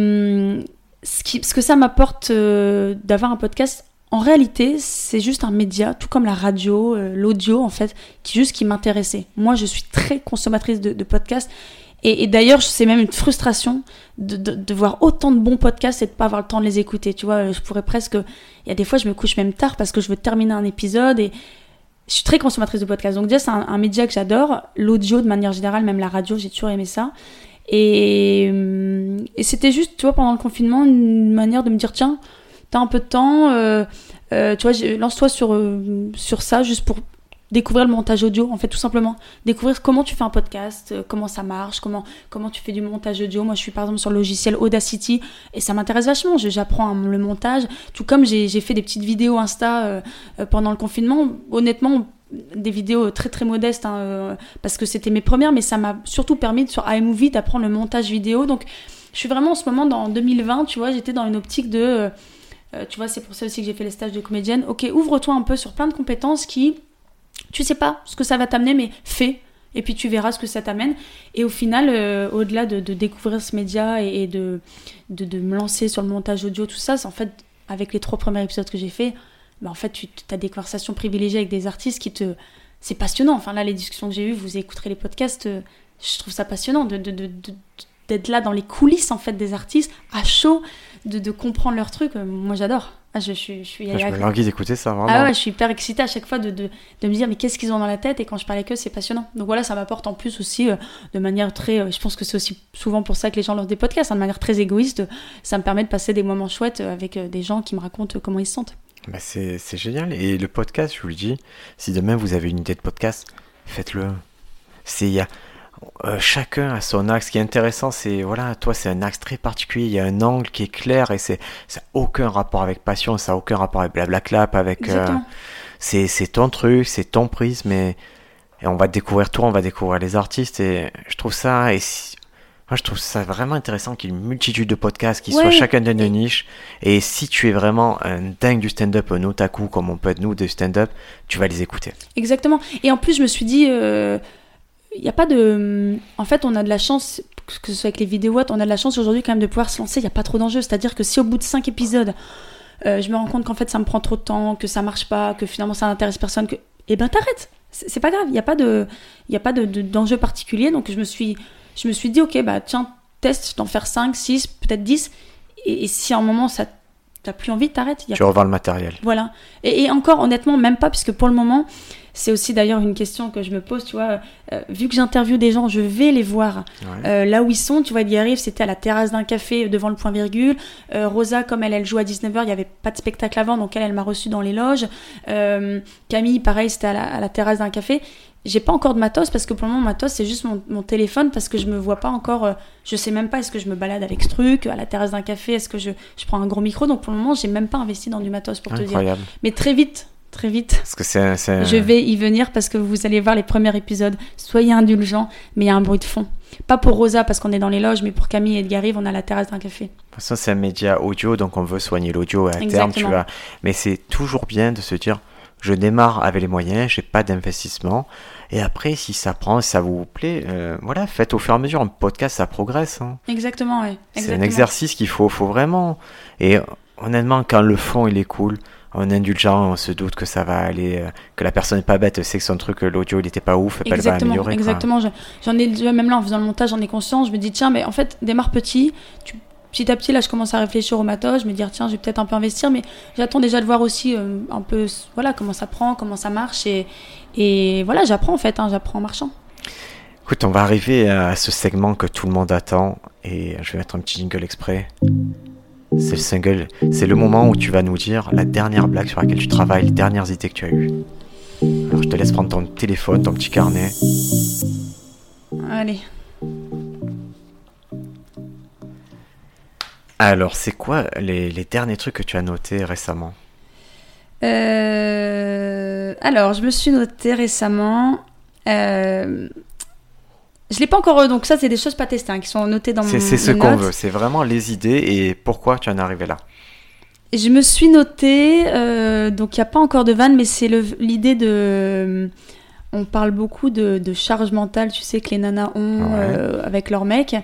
ce que ça m'apporte d'avoir un podcast. En réalité, c'est juste un média, tout comme la radio, l'audio, en fait, qui m'intéressait. Moi, je suis très consommatrice de podcasts. Et d'ailleurs, c'est même une frustration de voir autant de bons podcasts et de pas avoir le temps de les écouter. Tu vois, je pourrais presque... Il y a des fois, je me couche même tard parce que je veux terminer un épisode et je suis très consommatrice de podcasts. Donc déjà, c'est un média que j'adore. L'audio, de manière générale, même la radio, j'ai toujours aimé ça. Et c'était juste, tu vois, pendant le confinement, une manière de me dire, tiens, t'as un peu de temps, tu vois, lance-toi sur ça, juste pour découvrir le montage audio, en fait, tout simplement. Découvrir comment tu fais un podcast, comment ça marche, comment tu fais du montage audio. Moi, je suis par exemple sur le logiciel Audacity et ça m'intéresse vachement. J'apprends le montage, tout comme j'ai fait des petites vidéos Insta pendant le confinement. Honnêtement, des vidéos très très modestes, parce que c'était mes premières, mais ça m'a surtout permis sur iMovie d'apprendre le montage vidéo. Donc, je suis vraiment en ce moment dans 2020, tu vois, j'étais dans une optique de... tu vois, c'est pour ça aussi que j'ai fait les stages de comédienne. Ok, ouvre-toi un peu sur plein de compétences qui... Tu sais pas ce que ça va t'amener, mais fais. Et puis tu verras ce que ça t'amène. Et au final, au-delà de découvrir ce média et de me lancer sur le montage audio, tout ça, c'est en fait, avec les 3 premiers épisodes que j'ai fait, en fait, tu as des conversations privilégiées avec des artistes c'est passionnant. Enfin là, les discussions que j'ai eues, vous écouterez les podcasts, je trouve ça passionnant d'être là dans les coulisses en fait des artistes, à chaud, de comprendre leurs trucs. Moi, j'adore. Je me languis d'écouter ça, vraiment. Ah ouais, je suis hyper excitée à chaque fois de me dire mais qu'est-ce qu'ils ont dans la tête, et quand je parle avec eux, c'est passionnant. Donc voilà, ça m'apporte en plus aussi de manière très... je pense que c'est aussi souvent pour ça que les gens lancent des podcasts, de manière très égoïste. Ça me permet de passer des moments chouettes avec des gens qui me racontent comment ils se sentent. Bah c'est génial. Et le podcast, je vous le dis, si demain vous avez une idée de podcast, faites-le. Chacun a son axe. Ce qui est intéressant, c'est, voilà, toi, c'est un axe très particulier. Il y a un angle qui est clair et ça n'a aucun rapport avec passion, ça n'a aucun rapport avec Blablaclap, avec. C'est ton truc, c'est ton prisme et on va découvrir toi, on va découvrir les artistes et je trouve ça. Moi, je trouve ça vraiment intéressant qu'il y ait une multitude de podcasts qui soient chacun d'une niche. Et si tu es vraiment un dingue du stand-up, un otaku, comme on peut être nous, de stand-up, tu vas les écouter. Exactement. Et en plus, je me suis dit, il n'y a pas de... En fait, on a de la chance, que ce soit avec les vidéos, on a de la chance aujourd'hui quand même de pouvoir se lancer. Il n'y a pas trop d'enjeux. C'est-à-dire que si au bout de 5 épisodes, je me rends compte qu'en fait, ça me prend trop de temps, que ça marche pas, que finalement, ça n'intéresse personne, eh ben, t'arrêtes. C'est pas grave. Il n'y a pas d'enjeu particulier. Donc, je me suis dit, ok, bah tiens, teste d'en faire 5, 6, peut-être 10. Et si à un moment, ça t'as plus envie, t'arrêtes. Tu revends le matériel. Voilà. Et encore, honnêtement, même pas, puisque pour le moment, c'est aussi d'ailleurs une question que je me pose, tu vois. Vu que j'interviewe des gens, je vais les voir là où ils sont. Tu vois, il y arrive, c'était à la terrasse d'un café devant le point virgule. Rosa, comme elle joue à 19h, il n'y avait pas de spectacle avant, donc elle m'a reçue dans les loges. Camille, pareil, c'était à la terrasse d'un café. J'ai pas encore de matos parce que pour le moment, matos, c'est juste mon téléphone parce que je me vois pas encore. Je sais même pas, est-ce que je me balade avec ce truc à la terrasse d'un café, est-ce que je prends un gros micro. Donc pour le moment, j'ai même pas investi dans du matos pour te dire. Mais très vite. Parce que je vais y venir parce que vous allez voir les premiers épisodes. Soyez indulgents, mais il y a un bruit de fond. Pas pour Rosa parce qu'on est dans les loges, mais pour Camille et Edgar Rive, on a la terrasse d'un café. De toute façon, c'est un média audio, donc on veut soigner l'audio à terme, tu vois. Mais c'est toujours bien de se dire, je démarre avec les moyens, j'ai pas d'investissement. Et après, si ça prend, si ça vous plaît, voilà, faites au fur et à mesure. Un podcast, ça progresse. Hein. Exactement, oui. C'est un exercice qu'il faut vraiment. Et honnêtement, quand le fond, il est cool, on est indulgent, on se doute que ça va aller, que la personne n'est pas bête, sait que son truc, l'audio, il était pas ouf, et elle va améliorer. Exactement, j'en ai, même là, en faisant le montage, j'en ai conscience, je me dis, tiens, mais en fait, démarre petit, petit à petit, là, je commence à réfléchir au matos, je me dis, tiens, je vais peut-être un peu investir, mais j'attends déjà de voir aussi un peu, voilà, comment ça prend, comment ça marche, et voilà, j'apprends en fait, j'apprends en marchant. Écoute, on va arriver à ce segment que tout le monde attend, et je vais mettre un petit jingle exprès. C'est le moment où tu vas nous dire la dernière blague sur laquelle tu travailles, les dernières idées que tu as eues. Alors je te laisse prendre ton téléphone, ton petit carnet. Allez. Alors, c'est quoi les derniers trucs que tu as notés récemment ? Alors, je me suis noté récemment. Je l'ai pas encore, donc ça, c'est des choses pas testées qui sont notées dans mon. C'est ce qu'on veut, c'est vraiment les idées et pourquoi tu en es arrivé là. Je me suis noté, donc il n'y a pas encore de vanne, mais c'est l'idée de. On parle beaucoup de charge mentale, tu sais, que les nanas ont avec leurs mecs.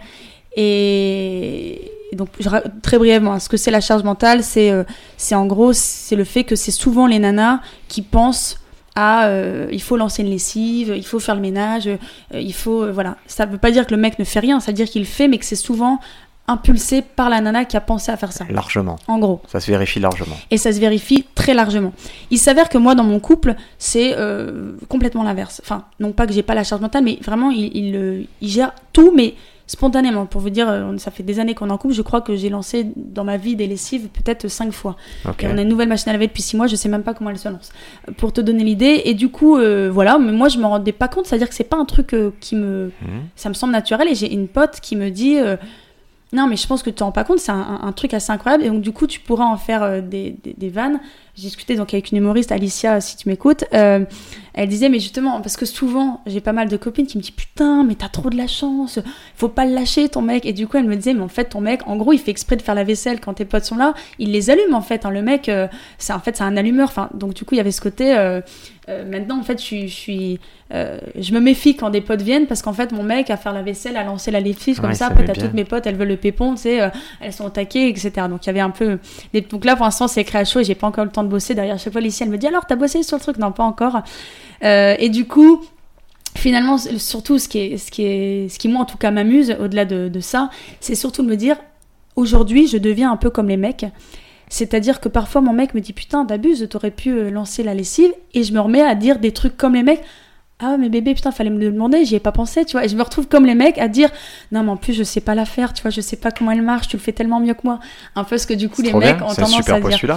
Et donc, très brièvement, ce que c'est la charge mentale, c'est en gros, c'est le fait que c'est souvent les nanas qui pensent à il faut lancer une lessive, il faut faire le ménage, il faut voilà. Ça ne veut pas dire que le mec ne fait rien, ça veut dire qu'il le fait, mais que c'est souvent impulsé par la nana qui a pensé à faire ça. Largement. En gros. Ça se vérifie largement. Et ça se vérifie très largement. Il s'avère que moi, dans mon couple, c'est complètement l'inverse. Enfin, non pas que j'ai pas la charge mentale, mais vraiment, il gère tout, mais spontanément. Pour vous dire, ça fait des années qu'on est en couple, je crois que j'ai lancé dans ma vie des lessives peut-être 5 fois. Okay. Et on a une nouvelle machine à laver depuis 6 mois, je sais même pas comment elle se lance. Pour te donner l'idée, et du coup, voilà, mais moi je me rendais pas compte, c'est-à-dire que c'est pas un truc qui me... Ça me semble naturel, et j'ai une pote qui me dit... non, mais je pense que tu te rends pas compte, c'est un truc assez incroyable, et donc du coup tu pourras en faire des vannes. J'ai discuté donc avec une humoriste, Alicia, si tu m'écoutes, elle disait, mais justement, parce que souvent j'ai pas mal de copines qui me disent, putain, mais t'as trop de la chance, faut pas le lâcher ton mec, et du coup elle me disait, mais en fait ton mec, en gros il fait exprès de faire la vaisselle quand tes potes sont là, il les allume en fait, le mec, c'est un allumeur, enfin, donc du coup il y avait ce côté, maintenant en fait je me méfie quand des potes viennent, parce qu'en fait mon mec à faire la vaisselle, à lancer la lessive comme ça, après t'as toutes mes potes, elles veulent le pépon, tu sais, elles sont au taquet, etc. Donc il y avait un peu donc là pour l'instant c'est écrit à chaud et j'ai pas encore le temps de bosser. Derrière chaque fois Lucie elle me dit, alors t'as bossé sur le truc? Non, pas encore. Et du coup finalement surtout ce qui moi en tout cas m'amuse au-delà de ça, c'est surtout de me dire, aujourd'hui je deviens un peu comme les mecs. C'est-à-dire que parfois mon mec me dit, putain t'abuses, t'aurais pu lancer la lessive, et je me remets à dire des trucs comme les mecs. Ah mais bébé, putain, fallait me le demander, j'y ai pas pensé, tu vois. Et je me retrouve comme les mecs à dire, non mais en plus je sais pas la faire, tu vois, je sais pas comment elle marche, tu le fais tellement mieux que moi. Un peu ce que du coup les mecs ont tendance à dire.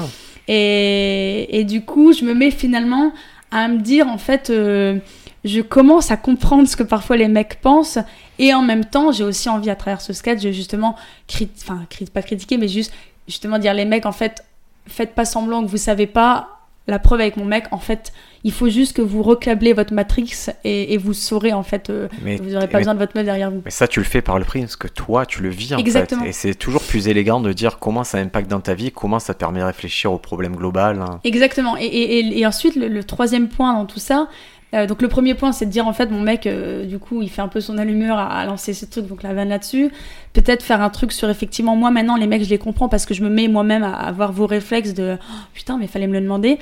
Et du coup je me mets finalement à me dire, en fait, je commence à comprendre ce que parfois les mecs pensent, et en même temps j'ai aussi envie à travers ce sketch de justement, pas critiquer, mais justement dire, les mecs, en fait, faites pas semblant que vous savez pas. La preuve avec mon mec, en fait, il faut juste que vous recâblez votre matrix et vous saurez, en fait, vous n'aurez pas besoin de votre meuf derrière vous. Mais ça, tu le fais par le prix, parce que toi, tu le vis, en Exactement. fait. Et c'est toujours plus élégant de dire comment ça impacte dans ta vie, comment ça te permet de réfléchir au problème global. Exactement. Et ensuite, le troisième point dans tout ça, donc le premier point, c'est de dire, en fait, mon mec, du coup, il fait un peu son allumeur à lancer ce truc, donc la vanne là-dessus. Peut-être faire un truc sur, effectivement, moi maintenant, les mecs, je les comprends parce que je me mets moi-même à avoir vos réflexes de putain, mais fallait me le demander.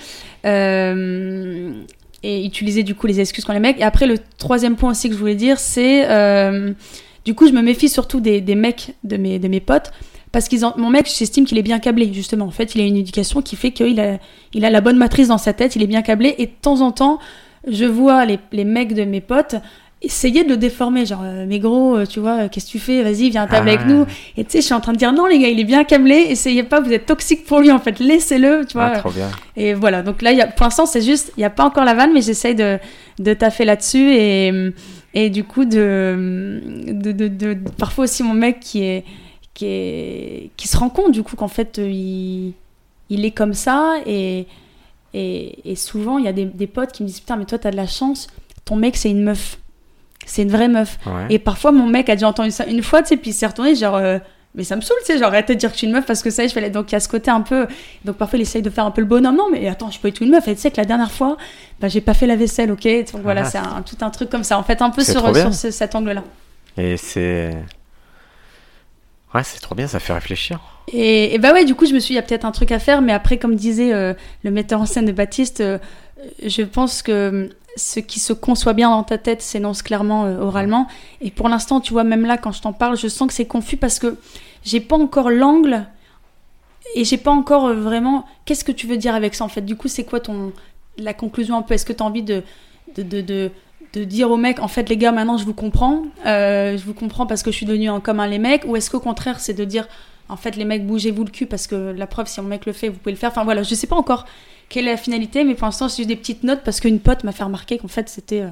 Et utiliser du coup les excuses quand les mecs. Et après, le troisième point aussi que je voulais dire, c'est du coup, je me méfie surtout des mecs de mes potes. Parce mon mec, j'estime qu'il est bien câblé, justement. En fait, il a une éducation qui fait qu'il a la bonne matrice dans sa tête, il est bien câblé. Et de temps en temps, je vois les mecs de mes potes essayer de le déformer, genre mais gros, tu vois, qu'est-ce que tu fais, vas-y viens table avec nous, et tu sais je suis en train de dire non les gars, il est bien câblé, essayez pas, vous êtes toxique pour lui en fait, laissez-le, tu vois. Trop bien. Et voilà, donc là pour l'instant c'est juste, il y a pas encore la vanne, mais j'essaye de taffer là-dessus, et du coup de parfois aussi mon mec qui se rend compte du coup qu'en fait il est comme ça, et souvent il y a des potes qui me disent putain mais toi t'as de la chance, ton mec c'est une meuf. C'est une vraie meuf. Ouais. Et parfois, mon mec a déjà entendu ça une fois, tu sais, puis il s'est retourné, genre, mais ça me saoule, tu sais, genre, arrêtez de dire que je suis une meuf parce que ça y est, je fais donc il y a ce côté un peu. Donc parfois, il essaye de faire un peu le bonhomme. Non, mais attends, je suis pas du tout une meuf. Et tu sais que la dernière fois, j'ai pas fait la vaisselle, ok. Donc voilà, c'est tout un truc comme ça. En fait, un peu sur cet angle-là. Et c'est. Ouais, c'est trop bien, ça fait réfléchir. Et bah ouais, du coup, je me suis dit, il y a peut-être un truc à faire, mais après, comme disait le metteur en scène de Baptiste, je pense que ce qui se conçoit bien dans ta tête s'énonce clairement oralement. Et pour l'instant, tu vois, même là, quand je t'en parle, je sens que c'est confus parce que j'ai pas encore l'angle et j'ai pas encore vraiment qu'est-ce que tu veux dire avec ça en fait. Du coup, c'est quoi la conclusion un peu? Est-ce que tu as envie de dire aux mecs, en fait les gars, maintenant je vous comprends parce que je suis devenue comme un les mecs, ou est-ce qu'au contraire c'est de dire en fait les mecs, bougez-vous le cul parce que la preuve, si mon mec le fait, vous pouvez le faire. Enfin voilà, je sais pas encore quelle est la finalité, mais pour l'instant c'est juste des petites notes parce qu'une pote m'a fait remarquer qu'en fait c'était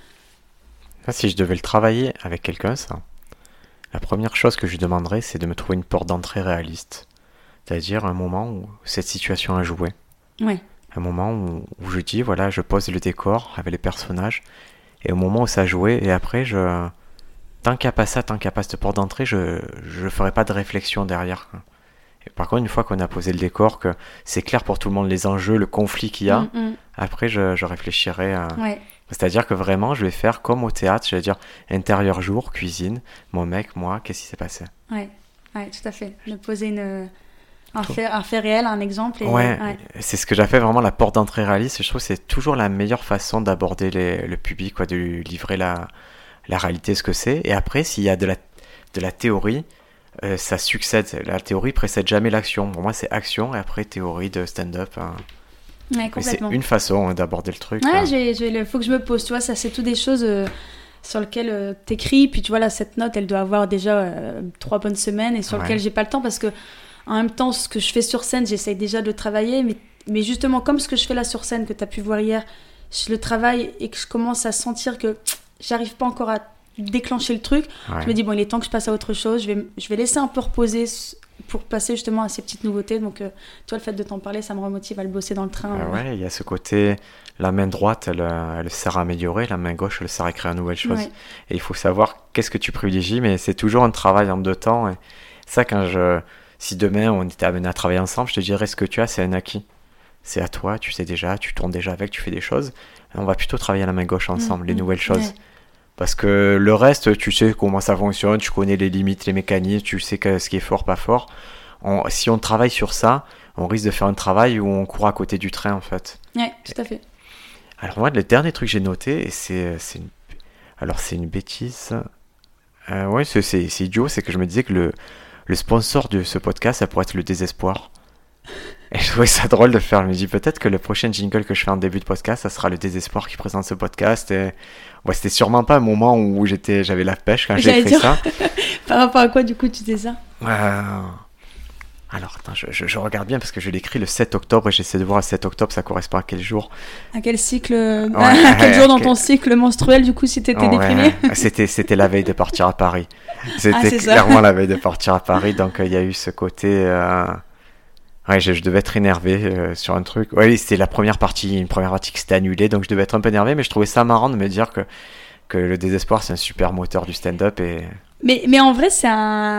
Si je devais le travailler avec quelqu'un, ça, la première chose que je lui demanderais, c'est de me trouver une porte d'entrée réaliste. C'est-à-dire un moment où cette situation a joué. ouais. Un moment où je dis, voilà, je pose le décor avec les personnages, et au moment où ça a joué, et après, tant qu'il n'y a pas ça, tant qu'il n'y a pas cette porte d'entrée, je ferai pas de réflexion derrière. Et par contre, une fois qu'on a posé le décor, que c'est clair pour tout le monde les enjeux, le conflit qu'il y a, après, je réfléchirai à... Ouais. C'est-à-dire que vraiment, je vais faire comme au théâtre, je vais dire intérieur jour, cuisine, mon mec, moi, qu'est-ce qui s'est passé? Ouais, tout à fait. De poser un fait réel, un exemple. Ouais, c'est ce que j'ai fait vraiment la porte d'entrée réaliste. Et je trouve que c'est toujours la meilleure façon d'aborder le public, quoi, de lui livrer la réalité, ce que c'est. Et après, s'il y a de la théorie, ça succède. La théorie précède jamais l'action. Pour moi, c'est action et après théorie de stand-up. Hein. Ouais, complètement. C'est une façon d'aborder le truc. Ouais, hein. faut que je me pose. Tu vois, ça, c'est tout des choses sur lesquelles t'écris. Puis tu vois, là, cette note, elle doit avoir déjà 3 bonnes semaines et sur lesquelles j'ai pas le temps parce que en même temps, ce que je fais sur scène, j'essaye déjà de le travailler. Mais justement, comme ce que je fais là sur scène, que tu as pu voir hier, je le travaille et que je commence à sentir que j'arrive pas encore à déclencher le truc. Ouais. Je me dis, bon, il est temps que je passe à autre chose. Je vais laisser un peu reposer pour passer justement à ces petites nouveautés. Donc, toi, le fait de t'en parler, ça me remotive à le bosser dans le train. Ouais, il y a ce côté, la main droite, elle sert à améliorer, la main gauche, elle sert à créer une nouvelle chose. Ouais. Et il faut savoir qu'est-ce que tu privilégies, mais c'est toujours un travail en 2 temps. Et ça, si demain on était amené à travailler ensemble, je te dirais ce que tu as, c'est un acquis. C'est à toi, tu sais déjà, tu tournes déjà avec, tu fais des choses. Et on va plutôt travailler à la main gauche ensemble, les nouvelles choses. Ouais. Parce que le reste, tu sais comment ça fonctionne, tu connais les limites, les mécanismes, tu sais ce qui est fort, pas fort. Si on travaille sur ça, on risque de faire un travail où on court à côté du train, en fait. Ouais, tout à fait. Alors moi, le dernier truc que j'ai noté, et c'est une bêtise. Ouais, c'est idiot, c'est que je me disais que le sponsor de ce podcast, ça pourrait être le désespoir. Et je trouvais ça drôle de faire. Je me dis peut-être que le prochain jingle que je fais en début de podcast, ça sera le désespoir qui présente ce podcast. Et ouais, c'était sûrement pas un moment où j'avais la pêche quand j'ai écrit ça. Par rapport à quoi, du coup, tu dis ça? Alors, attends, je regarde bien parce que je l'ai écrit le 7 octobre et j'essaie de voir le 7 octobre, ça correspond à quel jour? À quel cycle à quel jour dans ton cycle menstruel, du coup, si t'étais déprimé? C'était la veille de partir à Paris. C'était clairement la veille de partir à Paris, donc il y a eu ce côté... Ouais, je devais être énervé sur un truc. Ouais, c'était une première partie qui s'était annulée, donc je devais être un peu énervé, mais je trouvais ça marrant de me dire que le désespoir, c'est un super moteur du stand-up. Mais en vrai, c'est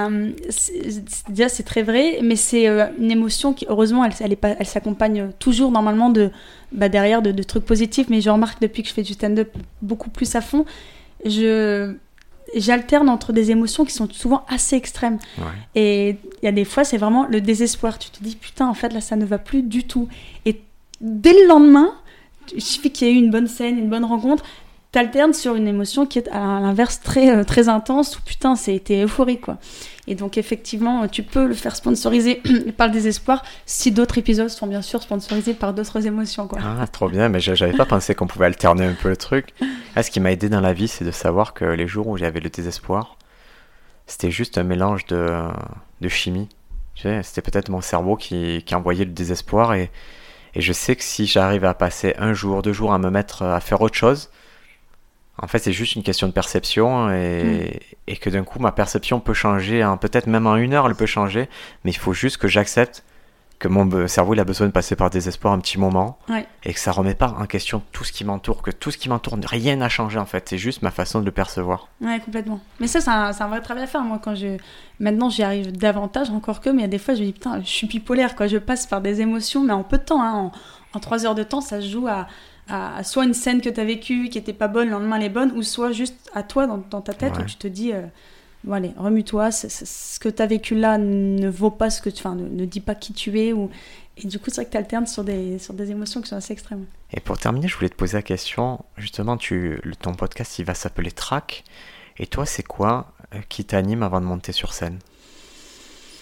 très vrai, mais c'est une émotion qui, heureusement, elle s'accompagne toujours normalement derrière de trucs positifs, mais je remarque depuis que je fais du stand-up beaucoup plus à fond, j'alterne entre des émotions qui sont souvent assez extrêmes. Ouais. Et il y a des fois, c'est vraiment le désespoir. Tu te dis, putain, en fait, là, ça ne va plus du tout. Et dès le lendemain, il suffit qu'il y ait eu une bonne scène, une bonne rencontre, t'alternes sur une émotion qui est à l'inverse très, très intense, où putain, c'était euphorique, quoi. Et donc, effectivement, tu peux le faire sponsoriser par le désespoir si d'autres épisodes sont bien sûr sponsorisés par d'autres émotions, quoi. Ah, trop bien, mais j'avais pas pensé qu'on pouvait alterner un peu le truc. Ce qui m'a aidé dans la vie, c'est de savoir que les jours où j'avais le désespoir, c'était juste un mélange de chimie. Tu sais, c'était peut-être mon cerveau qui envoyait le désespoir et je sais que si j'arrive à passer 1 jour, 2 jours à me mettre à faire autre chose, en fait, c'est juste une question de perception et que d'un coup, ma perception peut changer, peut-être même en 1 heure, elle peut changer, mais il faut juste que j'accepte que mon cerveau, il a besoin de passer par le désespoir un petit moment et que ça remet pas en question tout ce qui m'entoure, que tout ce qui m'entoure, rien n'a changé en fait, c'est juste ma façon de le percevoir. Ouais, complètement. Mais ça, c'est un vrai travail à faire. Moi, maintenant, j'y arrive davantage encore mais il y a des fois, je me dis, putain, je suis bipolaire, quoi. Je passe par des émotions, mais en peu de temps, hein, en 3 heures de temps, ça se joue à soit une scène que tu as vécue qui était pas bonne, le lendemain elle est bonne, ou soit juste à toi dans ta tête où tu te dis bon allez, remue-toi, ce que tu as vécu là ne vaut pas ce que ne dit pas qui tu es, et du coup c'est vrai que tu alternes sur des émotions qui sont assez extrêmes. Et pour terminer, je voulais te poser la question, justement ton podcast il va s'appeler Track, et toi c'est quoi qui t'anime avant de monter sur scène?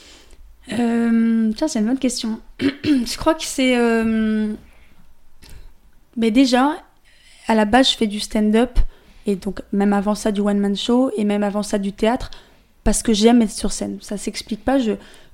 Tiens, c'est une bonne question. Je crois que c'est... Mais déjà, à la base, je fais du stand-up, et donc même avant ça, du one-man show, et même avant ça, du théâtre, parce que j'aime être sur scène. Ça s'explique pas.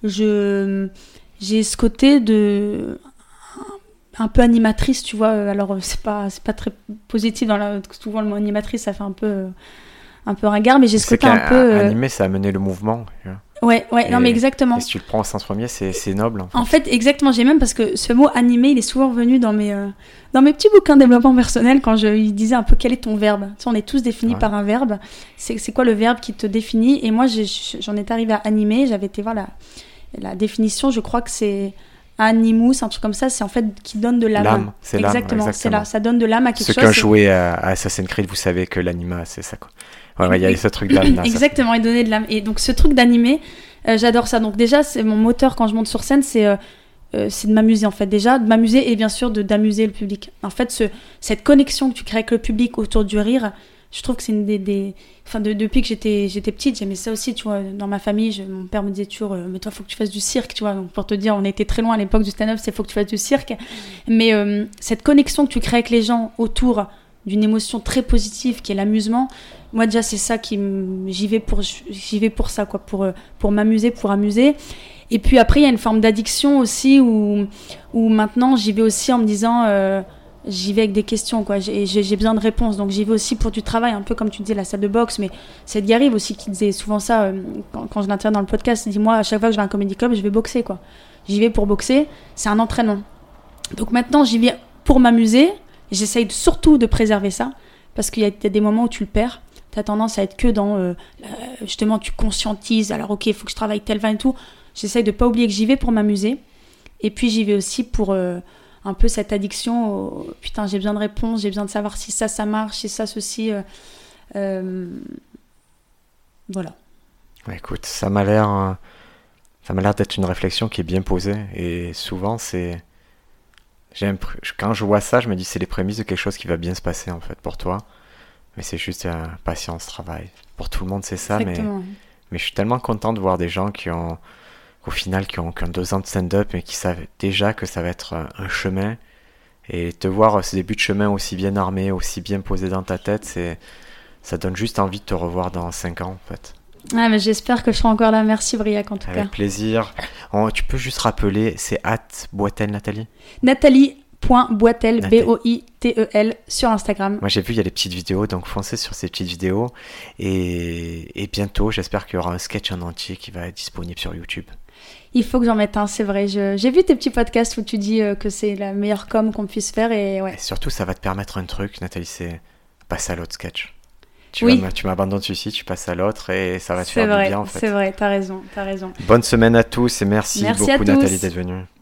J'ai ce côté de... un peu animatrice, tu vois. Alors, c'est pas très positif. Souvent, le mot animatrice, ça fait un peu ringard, mais j'ai ce côté un peu... Animer, ça a amené le mouvement. Ouais, non, mais exactement. Et si tu le prends au sens premier, c'est noble. En fait, exactement. J'ai même, parce que ce mot animé, il est souvent venu dans mes petits bouquins de développement personnel, quand il disait un peu quel est ton verbe. Tu sais, on est tous définis par un verbe. C'est quoi le verbe qui te définit? Et moi, j'en étais arrivée à animer. J'avais été voir la définition. Je crois que c'est animus, un truc comme ça. C'est en fait qui donne de l'âme. L'âme, c'est l'âme. Exactement. C'est là. Ça donne de l'âme à quelque chose. Ceux qui ont joué à Assassin's Creed, vous savez que l'anima, c'est ça, quoi. Ouais, il y a ce truc d'âme là. Exactement, et donner de l'âme. Et donc ce truc d'animer, j'adore ça. Donc déjà, c'est mon moteur quand je monte sur scène, c'est de m'amuser en fait. Déjà, de m'amuser et bien sûr d'amuser le public. En fait, cette connexion que tu crées avec le public autour du rire, je trouve que c'est une des... Enfin, depuis que j'étais petite, j'aimais ça aussi, tu vois. Dans ma famille, mon père me disait toujours, mais toi, faut que tu fasses du cirque, tu vois. Donc pour te dire, on était très loin à l'époque du stand-up, c'est faut que tu fasses du cirque. Mais cette connexion que tu crées avec les gens autour d'une émotion très positive qui est l'amusement, moi déjà c'est ça j'y vais pour ça, quoi, pour m'amuser, pour amuser. Et puis après il y a une forme d'addiction aussi où maintenant j'y vais aussi en me disant j'y vais avec des questions, quoi. J'ai besoin de réponses, donc j'y vais aussi pour du travail, un peu comme tu disais la salle de boxe. Mais c'est Edgar aussi qui disait souvent ça quand je l'interviewe dans le podcast. Il dit, moi à chaque fois que je vais à un comedy club, je vais boxer, quoi. J'y vais pour boxer, c'est un entraînement. Donc maintenant j'y vais pour m'amuser. J'essaye surtout de préserver ça, parce qu'il y a des moments où tu le perds. Tu as tendance à être que dans... justement, tu conscientises. Alors, ok, il faut que je travaille telle vanne et tout. J'essaye de ne pas oublier que j'y vais pour m'amuser. Et puis, j'y vais aussi pour un peu cette addiction. Putain, j'ai besoin de réponses. J'ai besoin de savoir si ça marche, si ça, ceci. Voilà. Ouais, écoute, ça m'a l'air d'être une réflexion qui est bien posée. Et souvent, c'est... Quand je vois ça, je me dis c'est les prémices de quelque chose qui va bien se passer en fait pour toi. Mais c'est juste patience, travail. Pour tout le monde, c'est ça. Mais je suis tellement content de voir des gens qui ont 2 ans de stand-up et qui savent déjà que ça va être un chemin. Et te voir ce début de chemin aussi bien armé, aussi bien posé dans ta tête, ça donne juste envie de te revoir dans 5 ans en fait. Ah, mais j'espère que je serai encore là. Merci Briac en tout cas. Avec plaisir. Tu peux juste rappeler, c'est @Boitel Nathalie. Nathalie.Boitel, Boitel sur Instagram. Moi j'ai vu il y a des petites vidéos, donc foncez sur ces petites vidéos. Et bientôt, j'espère qu'il y aura un sketch en entier qui va être disponible sur YouTube. Il faut que j'en mette un, c'est vrai. J'ai vu tes petits podcasts où tu dis que c'est la meilleure com qu'on puisse faire. Et ouais. Et surtout, ça va te permettre un truc, Nathalie, c'est passer à l'autre sketch. Tu m'abandonnes celui-ci, tu passes à l'autre et ça va te faire du bien en fait. C'est vrai, t'as raison. Bonne semaine à tous et merci beaucoup Nathalie d'être venue.